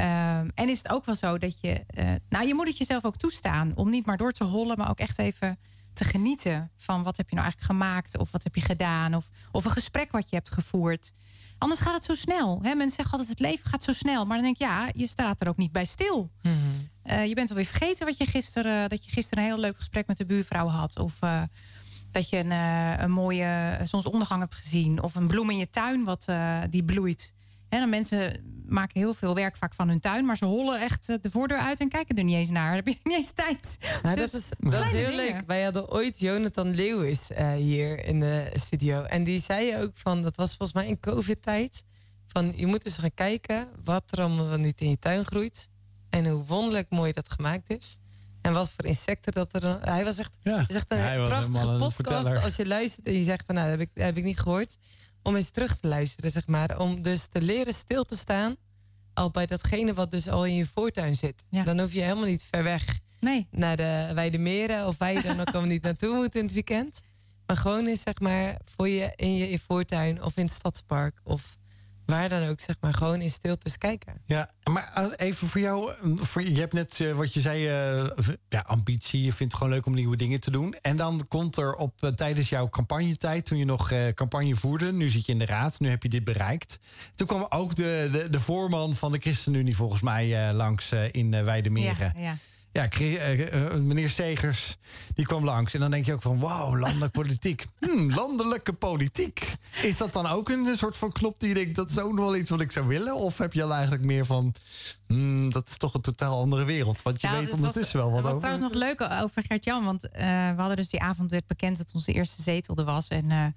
En is het ook wel zo dat je... je moet het jezelf ook toestaan om niet maar door te hollen, maar ook echt even te genieten van wat heb je nou eigenlijk gemaakt of wat heb je gedaan of een gesprek wat je hebt gevoerd. Anders gaat het zo snel. Hè? Mensen zeggen altijd het leven gaat zo snel. Maar dan denk ik, je staat er ook niet bij stil. Mm-hmm. Je bent alweer vergeten dat je gisteren een heel leuk gesprek met de buurvrouw had. Of dat je een mooie zonsondergang hebt gezien. Of een bloem in je tuin die bloeit. En dan mensen maken heel veel werk vaak van hun tuin, maar ze hollen echt de voordeur uit en kijken er niet eens naar. Dan heb je niet eens tijd. Nou, dus dat is heel leuk. Wij hadden ooit Jonathan Leeuwis hier in de studio. En die zei ook van, dat was volgens mij in COVID-tijd, van je moet eens gaan kijken wat er allemaal niet in je tuin groeit. En hoe wonderlijk mooi dat gemaakt is. En wat voor insecten dat er... Hij was echt, een prachtige podcast als je luistert en je zegt van, nou, dat heb ik niet gehoord. Om eens terug te luisteren, zeg maar. Om dus te leren stil te staan. Al bij datgene wat dus al in je voortuin zit. Ja. Dan hoef je helemaal niet ver weg naar de Weidemeren. Of waar je dan ook allemaal niet naartoe moet in het weekend. Maar gewoon eens, zeg maar, voor je in je voortuin of in het stadspark. Of waar dan ook, zeg maar, gewoon in stilte eens kijken. Ja, maar even voor jou. Je hebt net wat je zei, ambitie. Je vindt het gewoon leuk om nieuwe dingen te doen. En dan komt er tijdens jouw campagnetijd, toen je nog campagne voerde. Nu zit je in de raad, nu heb je dit bereikt. Toen kwam ook de voorman van de ChristenUnie volgens mij langs in Weidemeren. Ja. Ja, meneer Segers, die kwam langs. En dan denk je ook van, wauw, landelijke politiek. Landelijke politiek. Is dat dan ook een soort van knop die je denkt, dat is ook nog wel iets wat ik zou willen? Of heb je al eigenlijk meer van, dat is toch een totaal andere wereld? Want je weet ondertussen wel wat over. Het was trouwens nog leuk over Gert-Jan. Want we hadden dus die avond werd bekend dat onze eerste zetel er was. En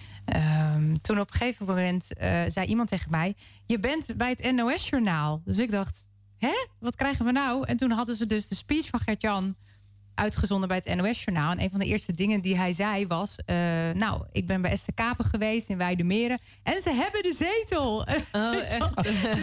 toen op een gegeven moment zei iemand tegen mij, je bent bij het NOS-journaal. Dus ik dacht, wat krijgen we nou? En toen hadden ze dus de speech van Gert-Jan uitgezonden bij het NOS-journaal. En een van de eerste dingen die hij zei was, ik ben bij Esther Kapen geweest in Weidemeren. En ze hebben de zetel. Oh, echt?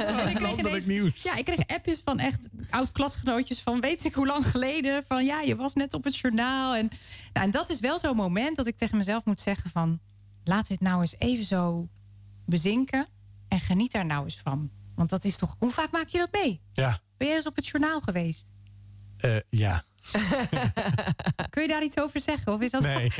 Dus nieuws. Ja, ik kreeg appjes van echt oud-klasgenootjes van weet ik hoe lang geleden. Van je was net op het journaal. En dat is wel zo'n moment dat ik tegen mezelf moet zeggen van, laat dit nou eens even zo bezinken. En geniet daar nou eens van. Want dat is toch... Hoe vaak maak je dat mee? Ja. Ben jij eens op het journaal geweest? Ja. Kun je daar iets over zeggen? Of is dat... Nee.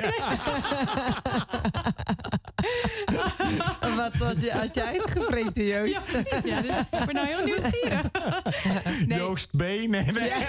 Wat had jij uitgevreten, Joost? Ja, precies. Ja, dus, ik ben nou heel nieuwsgierig. Nee. Joost B? Nee. Nee,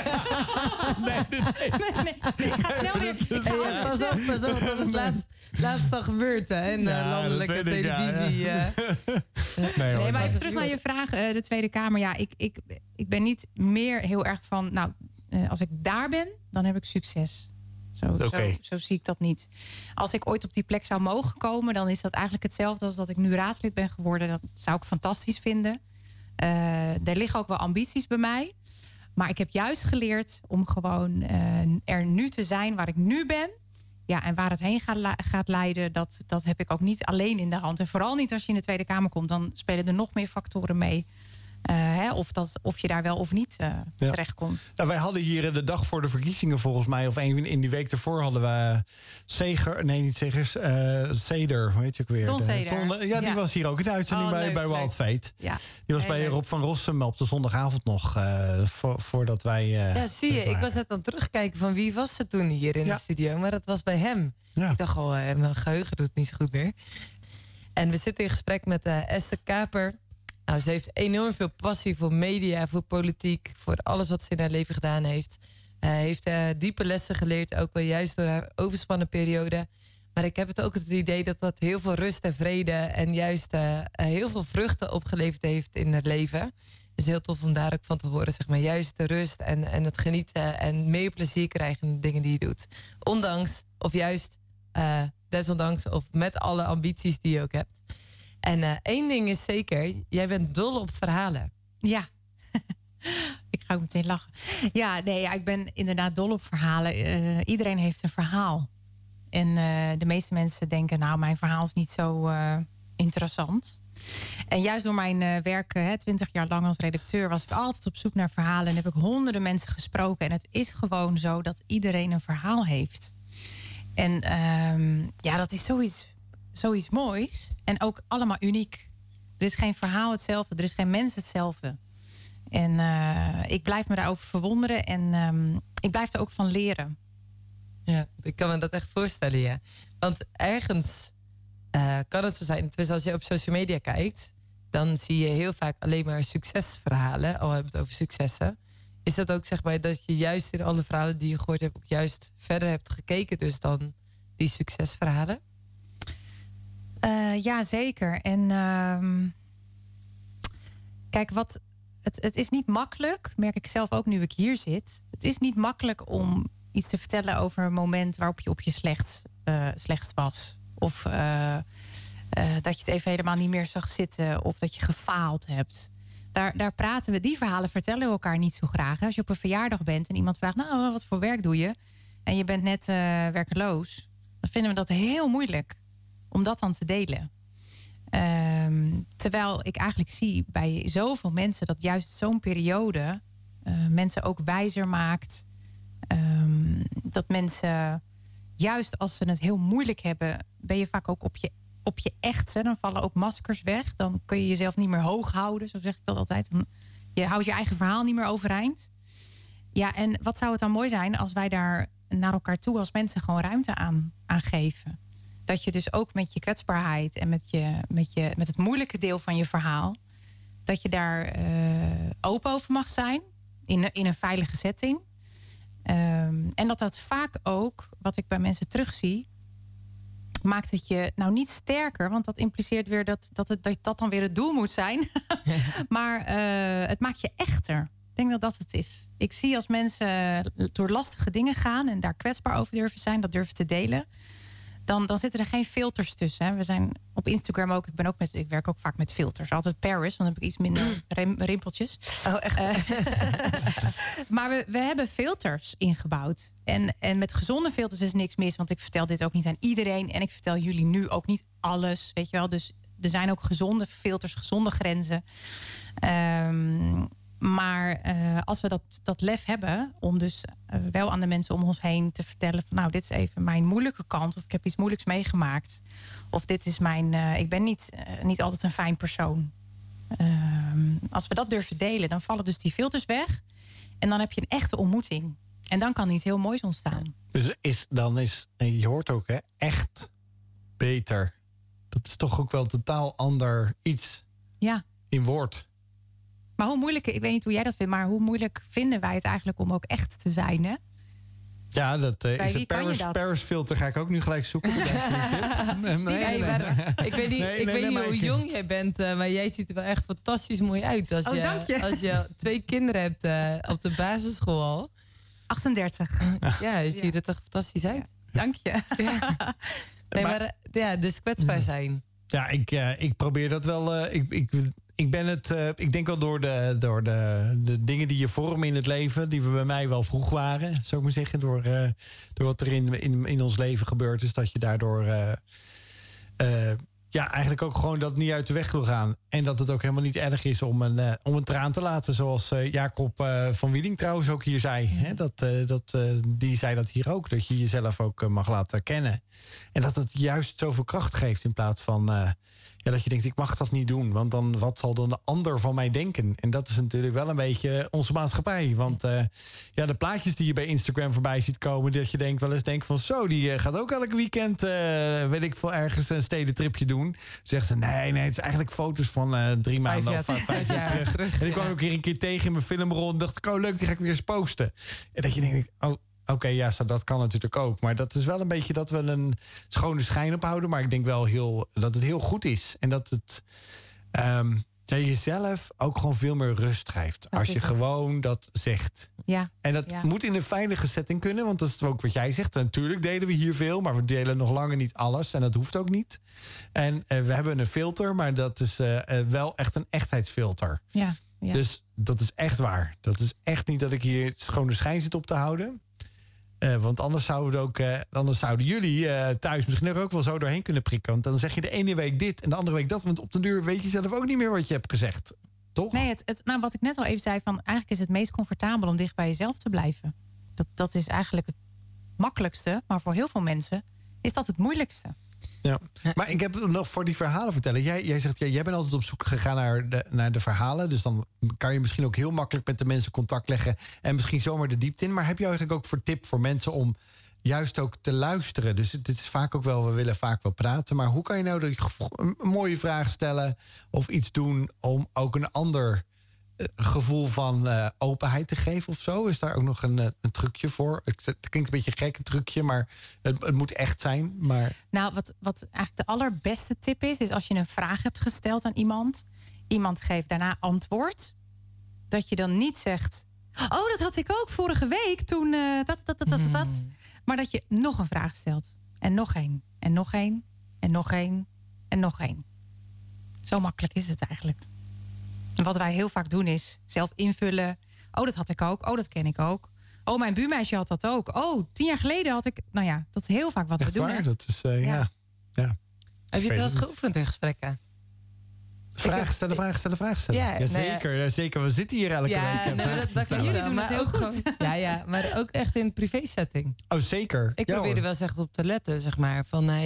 ga snel weer. Pas op, dat is laatst al gebeurd, hè? In landelijke televisie. Nee, maar even terug naar je vraag, de Tweede Kamer. Ja, ik ben niet meer heel erg van... Nou, als ik daar ben, dan heb ik succes. Zo zie ik dat niet. Als ik ooit op die plek zou mogen komen... dan is dat eigenlijk hetzelfde als dat ik nu raadslid ben geworden. Dat zou ik fantastisch vinden. Er liggen ook wel ambities bij mij. Maar ik heb juist geleerd om gewoon er nu te zijn waar ik nu ben. Ja, en waar het heen gaat leiden, dat heb ik ook niet alleen in de hand. En vooral niet als je in de Tweede Kamer komt. Dan spelen er nog meer factoren mee. Of je daar wel of niet terechtkomt. Nou, wij hadden hier de dag voor de verkiezingen volgens mij... of in die week ervoor hadden we Ceder, hoe heet je ook weer? Don Ceder. Die was hier ook in de uitzending bij Wild Fate. Ja. Die was bij Rob van Rossum op de zondagavond nog, voordat wij... ja, zie je, ik was net aan het terugkijken van wie was ze toen hier in de studio. Maar dat was bij hem. Ja. Ik dacht mijn geheugen doet niet zo goed meer. En we zitten in gesprek met Esther Kaper... Nou, ze heeft enorm veel passie voor media, voor politiek... voor alles wat ze in haar leven gedaan heeft. Heeft diepe lessen geleerd, ook wel juist door haar overspannen periode. Maar ik heb ook het idee dat dat heel veel rust en vrede... en juist heel veel vruchten opgeleverd heeft in haar leven. Het is heel tof om daar ook van te horen, zeg maar. Juist de rust en het genieten en meer plezier krijgen in de dingen die je doet. Ondanks, of juist desondanks, of met alle ambities die je ook hebt... En één ding is zeker, jij bent dol op verhalen. Ja, ik ga ook meteen lachen. Ja, ik ben inderdaad dol op verhalen. Iedereen heeft een verhaal. En de meeste mensen denken, nou, mijn verhaal is niet zo interessant. En juist door mijn werk, 20 jaar lang als redacteur... was ik altijd op zoek naar verhalen. En heb ik honderden mensen gesproken. En het is gewoon zo dat iedereen een verhaal heeft. En dat is zoiets moois en ook allemaal uniek. Er is geen verhaal hetzelfde, er is geen mens hetzelfde. En ik blijf me daarover verwonderen en ik blijf er ook van leren. Ja, ik kan me dat echt voorstellen, ja. Want ergens kan het zo zijn, dus als je op social media kijkt... dan zie je heel vaak alleen maar succesverhalen, al hebben we het over successen. Is dat ook, zeg maar, dat je juist in alle verhalen die je gehoord hebt... ook juist verder hebt gekeken dus dan die succesverhalen? Ja, zeker. En kijk, het is niet makkelijk, merk ik zelf ook nu ik hier zit. Het is niet makkelijk om iets te vertellen over een moment waarop je op je slechtst was. Of dat je het even helemaal niet meer zag zitten. Of dat je gefaald hebt. Daar praten we, die verhalen vertellen we elkaar niet zo graag. Als je op een verjaardag bent en iemand vraagt, nou, wat voor werk doe je? En je bent net werkeloos. Dan vinden we dat heel moeilijk om dat dan te delen. Terwijl ik eigenlijk zie bij zoveel mensen... dat juist zo'n periode mensen ook wijzer maakt. Dat mensen, juist als ze het heel moeilijk hebben... ben je vaak ook op je echtste. Dan vallen ook maskers weg. Dan kun je jezelf niet meer hoog houden, zo zeg ik dat altijd. Je houdt je eigen verhaal niet meer overeind. Ja, en wat zou het dan mooi zijn... als wij daar naar elkaar toe als mensen gewoon ruimte aan geven... Dat je dus ook met je kwetsbaarheid en met het moeilijke deel van je verhaal... dat je daar open over mag zijn in een veilige setting. En dat vaak ook, wat ik bij mensen terugzie... maakt het je nou niet sterker, want dat impliceert weer dat dan weer het doel moet zijn. Maar het maakt je echter. Ik denk dat het is. Ik zie als mensen door lastige dingen gaan... en daar kwetsbaar over durven zijn, dat durven te delen... Dan zitten er geen filters tussen. Hè. We zijn op Instagram ook. Ik werk ook vaak met filters. Altijd Paris, want dan heb ik iets minder rimpeltjes. Oh, echt? Maar we hebben filters ingebouwd. En met gezonde filters is niks mis. Want ik vertel dit ook niet aan iedereen. En ik vertel jullie nu ook niet alles. Weet je wel? Dus er zijn ook gezonde filters, gezonde grenzen. Maar als we dat lef hebben om dus wel aan de mensen om ons heen te vertellen... van nou, dit is even mijn moeilijke kant... of ik heb iets moeilijks meegemaakt... of dit is ik ben niet altijd een fijn persoon. Als we dat durven delen, dan vallen dus die filters weg... en dan heb je een echte ontmoeting. En dan kan iets heel moois ontstaan. Dus en je hoort ook, hè, echt beter. Dat is toch ook wel totaal ander iets in woord. Maar hoe moeilijk, ik weet niet hoe jij dat vindt, maar hoe moeilijk vinden wij het eigenlijk om ook echt te zijn, hè? Ja, dat is het Paris filter. Ga ik ook nu gelijk zoeken. Ik weet niet hoe jong jij bent, maar jij ziet er wel echt fantastisch mooi uit. Als je 2 kinderen hebt op de basisschool al. 38. Ja, je ziet er toch fantastisch uit. Dank je. Dus kwetsbaar zijn. Ja, ik probeer dat wel. Ik denk wel door de dingen die je vormen in het leven, die we bij mij wel vroeg waren, zou ik maar zeggen, door wat er in ons leven gebeurd is, dat je daardoor eigenlijk ook gewoon dat niet uit de weg wil gaan. En dat het ook helemaal niet erg is om een traan te laten, zoals Jacob van Wieding trouwens ook hier zei. Hè? Die zei dat hier ook, dat je jezelf ook mag laten kennen. En dat het juist zoveel kracht geeft in plaats van dat je denkt, ik mag dat niet doen. Want dan, wat zal dan de ander van mij denken? En dat is natuurlijk wel een beetje onze maatschappij. Want de plaatjes die je bij Instagram voorbij ziet komen, dat je wel eens denkt van zo, die gaat ook elke weekend, weet ik veel, ergens een stedentripje doen. Zegt ze, nee, het is eigenlijk foto's van 3 maanden of 5 jaar terug. En ik kwam ook een keer tegen in mijn filmrol en dacht ik, oh leuk, die ga ik weer eens posten. En dat je denkt, Oké, dat kan natuurlijk ook. Maar dat is wel een beetje dat we een schone schijn ophouden. Maar ik denk wel dat het heel goed is. En dat het jezelf ook gewoon veel meer rust geeft. Als je gewoon dat zegt. Ja. En dat moet in een veilige setting kunnen. Want dat is ook wat jij zegt. Natuurlijk delen we hier veel. Maar we delen nog langer niet alles. En dat hoeft ook niet. En we hebben een filter. Maar dat is wel echt een echtheidsfilter. Ja. Dus dat is echt waar. Dat is echt niet dat ik hier schone schijn zit op te houden. Want anders zouden jullie thuis misschien ook wel zo doorheen kunnen prikken. Want dan zeg je de ene week dit en de andere week dat. Want op de duur weet je zelf ook niet meer wat je hebt gezegd. Toch? Nee, wat ik net al even zei, van eigenlijk is het meest comfortabel om dicht bij jezelf te blijven. Dat is eigenlijk het makkelijkste. Maar voor heel veel mensen is dat het moeilijkste. Ja. Maar ik heb nog voor die verhalen vertellen. Jij zegt, jij bent altijd op zoek gegaan naar de verhalen. Dus dan kan je misschien ook heel makkelijk met de mensen contact leggen. En misschien zomaar de diepte in. Maar heb je eigenlijk ook voor tip voor mensen om juist ook te luisteren? Dus het is vaak ook wel, we willen vaak wel praten. Maar hoe kan je nou een mooie vraag stellen of iets doen om ook een ander gevoel van openheid te geven of zo? Is daar ook nog een trucje voor? Het klinkt een beetje gek, een trucje, maar het moet echt zijn. Maar nou, wat eigenlijk de allerbeste tip is als je een vraag hebt gesteld aan iemand geeft daarna antwoord, dat je dan niet zegt, oh, dat had ik ook vorige week toen dat. Maar dat je nog een vraag stelt. En nog één. En nog één. En nog één. En nog één. Zo makkelijk is het eigenlijk. En wat wij heel vaak doen is zelf invullen. Oh, dat had ik ook. Oh, dat ken ik ook. Oh, mijn buurmeisje had dat ook. Oh, 10 jaar geleden had ik. Nou ja, dat is heel vaak wat echt we doen. Waar? Dat is, ja. Heb je het wel eens geoefend in gesprekken? Vragen stellen. Ja, zeker. We zitten hier elke week. Dat kan jullie doen het heel goed. Maar ook echt in privé-setting. Oh, zeker. Ik probeer er wel eens echt op te letten, zeg maar.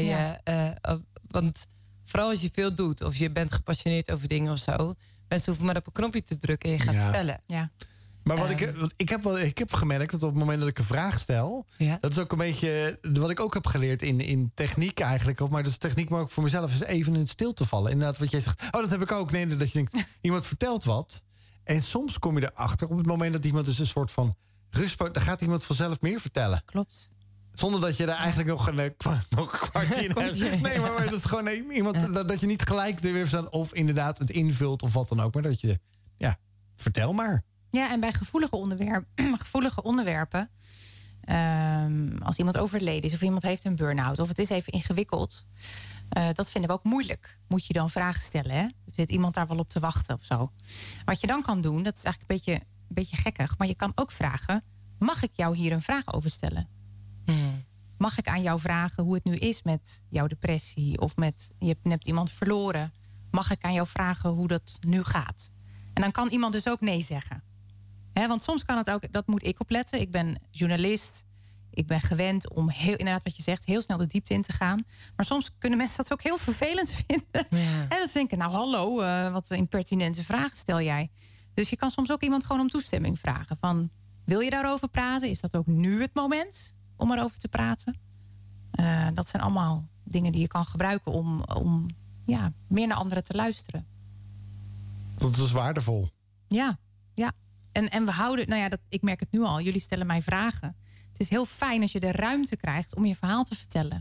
Want vooral als je veel doet of je bent gepassioneerd over dingen of zo, mensen hoeven maar op een knopje te drukken en je gaat vertellen. Ja. Maar ik heb gemerkt dat op het moment dat ik een vraag stel, dat is ook een beetje wat ik ook heb geleerd in techniek eigenlijk. Maar dat is techniek, maar ook voor mezelf, is even in stil te vallen. Inderdaad, wat jij zegt, oh, dat heb ik ook. Nee, dat je denkt, iemand vertelt wat. En soms kom je erachter op het moment dat iemand dus een soort van rust, dan gaat iemand vanzelf meer vertellen. Klopt. Zonder dat je er eigenlijk nog een kwartje in hebt. Nee, maar dat is gewoon iemand dat je niet gelijk er weer staat of inderdaad het invult of wat dan ook. Maar dat je, vertel maar. Ja, en bij gevoelige onderwerpen, als iemand overleden is of iemand heeft een burn-out of het is even ingewikkeld, dat vinden we ook moeilijk. Moet je dan vragen stellen, hè? Zit iemand daar wel op te wachten of zo? Wat je dan kan doen, dat is eigenlijk een beetje gekkig, maar je kan ook vragen, mag ik jou hier een vraag over stellen? Mag ik aan jou vragen hoe het nu is met jouw depressie of je hebt iemand verloren? Mag ik aan jou vragen hoe dat nu gaat? En dan kan iemand dus ook nee zeggen. Want soms kan het ook, dat moet ik opletten. Ik ben journalist. Ik ben gewend om inderdaad wat je zegt, heel snel de diepte in te gaan. Maar soms kunnen mensen dat ook heel vervelend vinden. Ja. En dan denken, nou hallo, wat impertinente vragen stel jij. Dus je kan soms ook iemand gewoon om toestemming vragen. Van, Wil je daarover praten? Is dat ook nu het moment om erover te praten? Dat zijn allemaal dingen die je kan gebruiken om meer naar anderen te luisteren. Dat is waardevol. Ja. En we houden, ik merk het nu al, jullie stellen mij vragen. Het is heel fijn als je de ruimte krijgt om je verhaal te vertellen.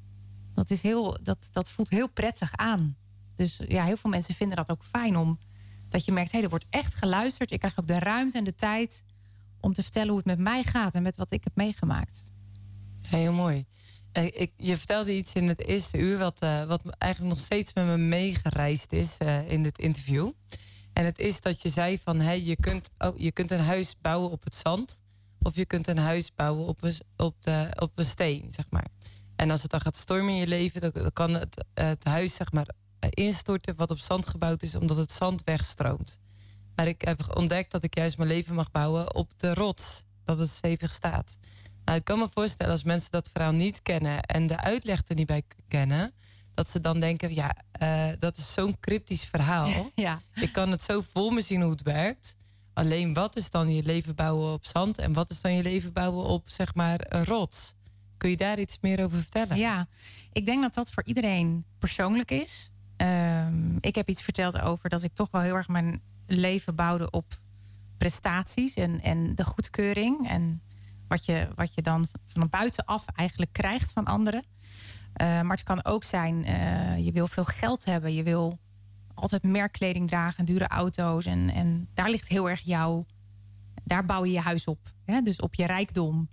Dat voelt heel prettig aan. Dus ja, heel veel mensen vinden dat ook fijn dat je merkt, er wordt echt geluisterd. Ik krijg ook de ruimte en de tijd om te vertellen hoe het met mij gaat en met wat ik heb meegemaakt. Ja, heel mooi. Je vertelde iets in het eerste uur wat eigenlijk nog steeds met me meegereisd is in dit interview. En het is dat je zei van je kunt een huis bouwen op het zand. Of je kunt een huis bouwen op een steen, zeg maar. En als het dan gaat stormen in je leven, dan kan het huis zeg maar instorten wat op zand gebouwd is, omdat het zand wegstroomt. Maar ik heb ontdekt dat ik juist mijn leven mag bouwen op de rots, dat het stevig staat. Nou, ik kan me voorstellen als mensen dat verhaal niet kennen en de uitleg er niet bij kennen, dat ze dan denken, dat is zo'n cryptisch verhaal. Ja. Ik kan het zo voor me zien hoe het werkt. Alleen wat is dan je leven bouwen op zand en wat is dan je leven bouwen op zeg maar een rots? Kun je daar iets meer over vertellen? Ja, ik denk dat dat voor iedereen persoonlijk is. Ik heb iets verteld over dat ik toch wel heel erg mijn leven bouwde op prestaties en de goedkeuring. En wat je dan van buitenaf eigenlijk krijgt van anderen. Maar het kan ook zijn, je wil veel geld hebben. Je wil altijd merkkleding dragen en dure auto's. En daar ligt heel erg daar bouw je je huis op. Hè? Dus op je rijkdom.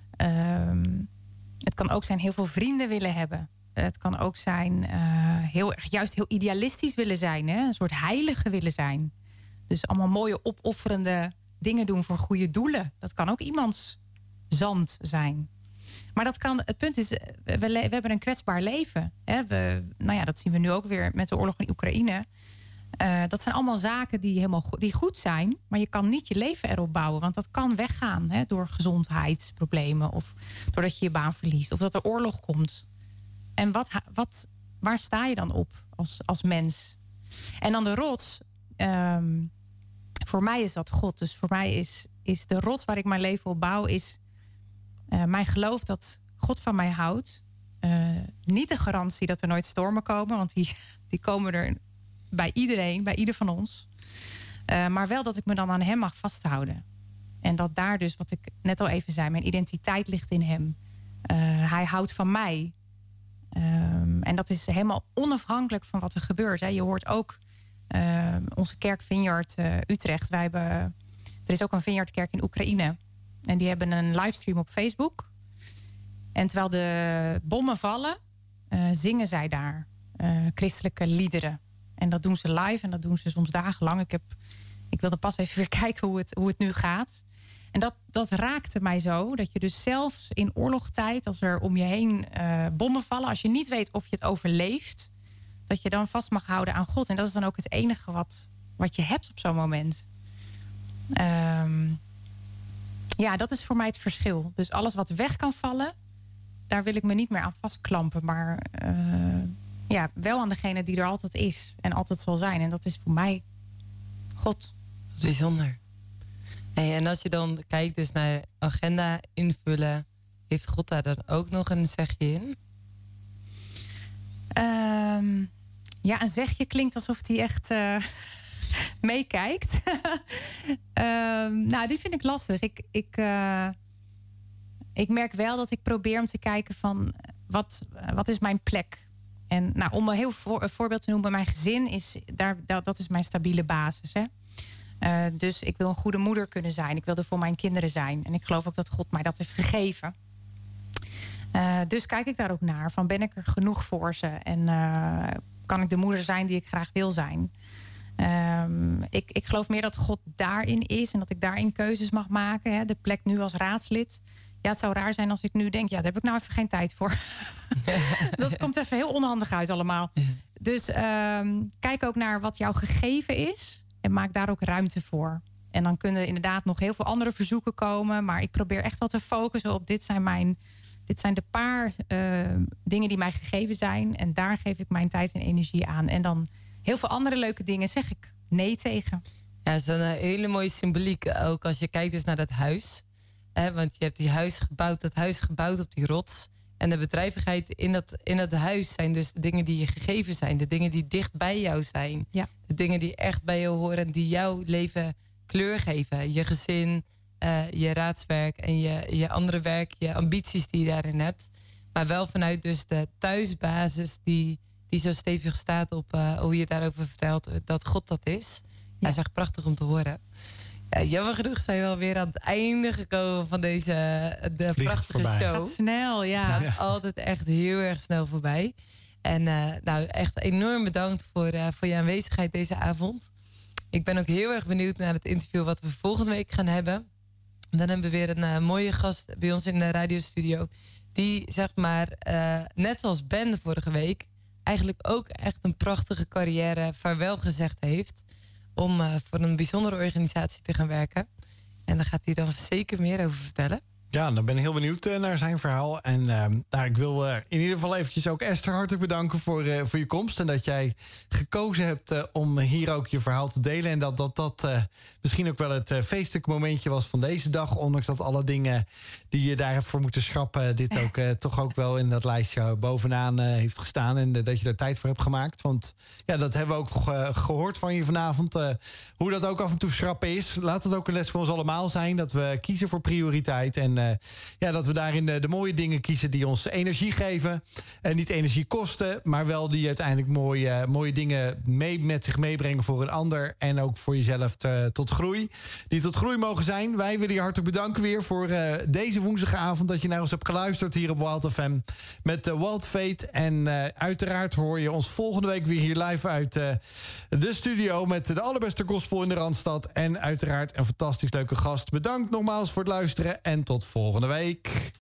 Het kan ook zijn heel veel vrienden willen hebben. Het kan ook zijn juist heel idealistisch willen zijn. Hè? Een soort heilige willen zijn. Dus allemaal mooie opofferende dingen doen voor goede doelen. Dat kan ook iemands zand zijn. Maar het punt is, we hebben een kwetsbaar leven. Hè? Dat zien we nu ook weer met de oorlog in Oekraïne. Dat zijn allemaal zaken die goed zijn. Maar je kan niet je leven erop bouwen. Want dat kan weggaan door gezondheidsproblemen. Of doordat je je baan verliest. Of dat er oorlog komt. En waar sta je dan op als mens? En dan de rots. Voor mij is dat God. Dus voor mij is de rots waar ik mijn leven op bouw, is mijn geloof dat God van mij houdt. Niet de garantie dat er nooit stormen komen. Want die komen er bij iedereen, bij ieder van ons. Maar wel dat ik me dan aan hem mag vasthouden. En dat daar dus, wat ik net al even zei, mijn identiteit ligt in hem. Hij houdt van mij. En dat is helemaal onafhankelijk van wat er gebeurt. Hè. Je hoort ook onze kerk Vineyard Utrecht. Er is ook een Vineyardkerk in Oekraïne. En die hebben een livestream op Facebook. En terwijl de bommen vallen, zingen zij daar christelijke liederen. En dat doen ze live en dat doen ze soms dagenlang. Ik wilde pas even weer kijken hoe het nu gaat. En dat raakte mij zo. Dat je dus zelfs in oorlogstijd, als er om je heen bommen vallen, als je niet weet of je het overleeft, dat je dan vast mag houden aan God. En dat is dan ook het enige wat je hebt op zo'n moment. Dat is voor mij het verschil. Dus alles wat weg kan vallen, daar wil ik me niet meer aan vastklampen. Maar wel aan degene die er altijd is en altijd zal zijn. En dat is voor mij God. Wat bijzonder. Hey, en als je dan kijkt dus naar agenda invullen, heeft God daar dan ook nog een zegje in? Een zegje klinkt alsof hij echt meekijkt. Die vind ik lastig. Ik merk wel dat ik probeer om te kijken van wat is mijn plek? En om een heel voorbeeld te noemen, mijn gezin is dat is mijn stabiele basis. Hè? Dus ik wil een goede moeder kunnen zijn. Ik wil er voor mijn kinderen zijn. En ik geloof ook dat God mij dat heeft gegeven. Dus kijk ik daar ook naar. Van ben ik er genoeg voor ze? En kan ik de moeder zijn die ik graag wil zijn? Ik geloof meer dat God daarin is. En dat ik daarin keuzes mag maken. Hè? De plek nu als raadslid. Ja, het zou raar zijn als ik nu denk, daar heb ik nou even geen tijd voor. Dat komt even heel onhandig uit allemaal. Dus kijk ook naar wat jou gegeven is. En maak daar ook ruimte voor. En dan kunnen er inderdaad nog heel veel andere verzoeken komen. Maar ik probeer echt wel te focussen op dit zijn de paar dingen die mij gegeven zijn. En daar geef ik mijn tijd en energie aan. En dan heel veel andere leuke dingen zeg ik nee tegen. Ja, dat is een hele mooie symboliek. Ook als je kijkt dus naar dat huis. Want je hebt die huis gebouwd, dat huis gebouwd op die rots. En de bedrijvigheid in dat huis zijn dus de dingen die je gegeven zijn. De dingen die dicht bij jou zijn. Ja. De dingen die echt bij jou horen en die jouw leven kleur geven. Je gezin, je raadswerk en je andere werk, je ambities die je daarin hebt. Maar wel vanuit dus de thuisbasis die zo stevig staat op hoe je daarover vertelt. Dat God dat is. Ja, dat is echt prachtig om te horen. Ja, jammer genoeg zijn we alweer aan het einde gekomen van de prachtige voorbij. show. Gaat snel, ja. Gaat altijd echt heel erg snel voorbij. En nou, echt enorm bedankt voor je aanwezigheid deze avond. Ik ben ook heel erg benieuwd naar het interview wat we volgende week gaan hebben. Dan hebben we weer een mooie gast bij ons in de radiostudio. Die, zeg maar, net als Ben vorige week, eigenlijk ook echt een prachtige carrière vaarwel gezegd heeft. Om voor een bijzondere organisatie te gaan werken. En daar gaat hij dan zeker meer over vertellen. Ja, dan ben ik heel benieuwd naar zijn verhaal. En nou, ik wil in ieder geval eventjes ook Esther hartelijk bedanken voor je komst. En dat jij gekozen hebt om hier ook je verhaal te delen. En dat misschien ook wel het feestelijk momentje was van deze dag. Ondanks dat alle dingen die je daar hebt voor moeten schrappen, dit ook toch ook wel in dat lijstje bovenaan heeft gestaan. En dat je er tijd voor hebt gemaakt. Want ja, dat hebben we ook gehoord van je vanavond. Hoe dat ook af en toe schrappen is. Laat het ook een les voor ons allemaal zijn. Dat we kiezen voor prioriteit. En ja, dat we daarin de mooie dingen kiezen die ons energie geven. En niet energie kosten, maar wel die uiteindelijk mooie dingen met zich meebrengen voor een ander. En ook voor jezelf tot groei. Die tot groei mogen zijn. Wij willen je hartelijk bedanken weer voor deze woensdagavond. Dat je naar ons hebt geluisterd hier op Wild FM. Met Wild Fate. En uiteraard hoor je ons volgende week weer hier live uit de studio. Met de allerbeste gospel in de Randstad. En uiteraard een fantastisch leuke gast. Bedankt nogmaals voor het luisteren. En tot volgende week.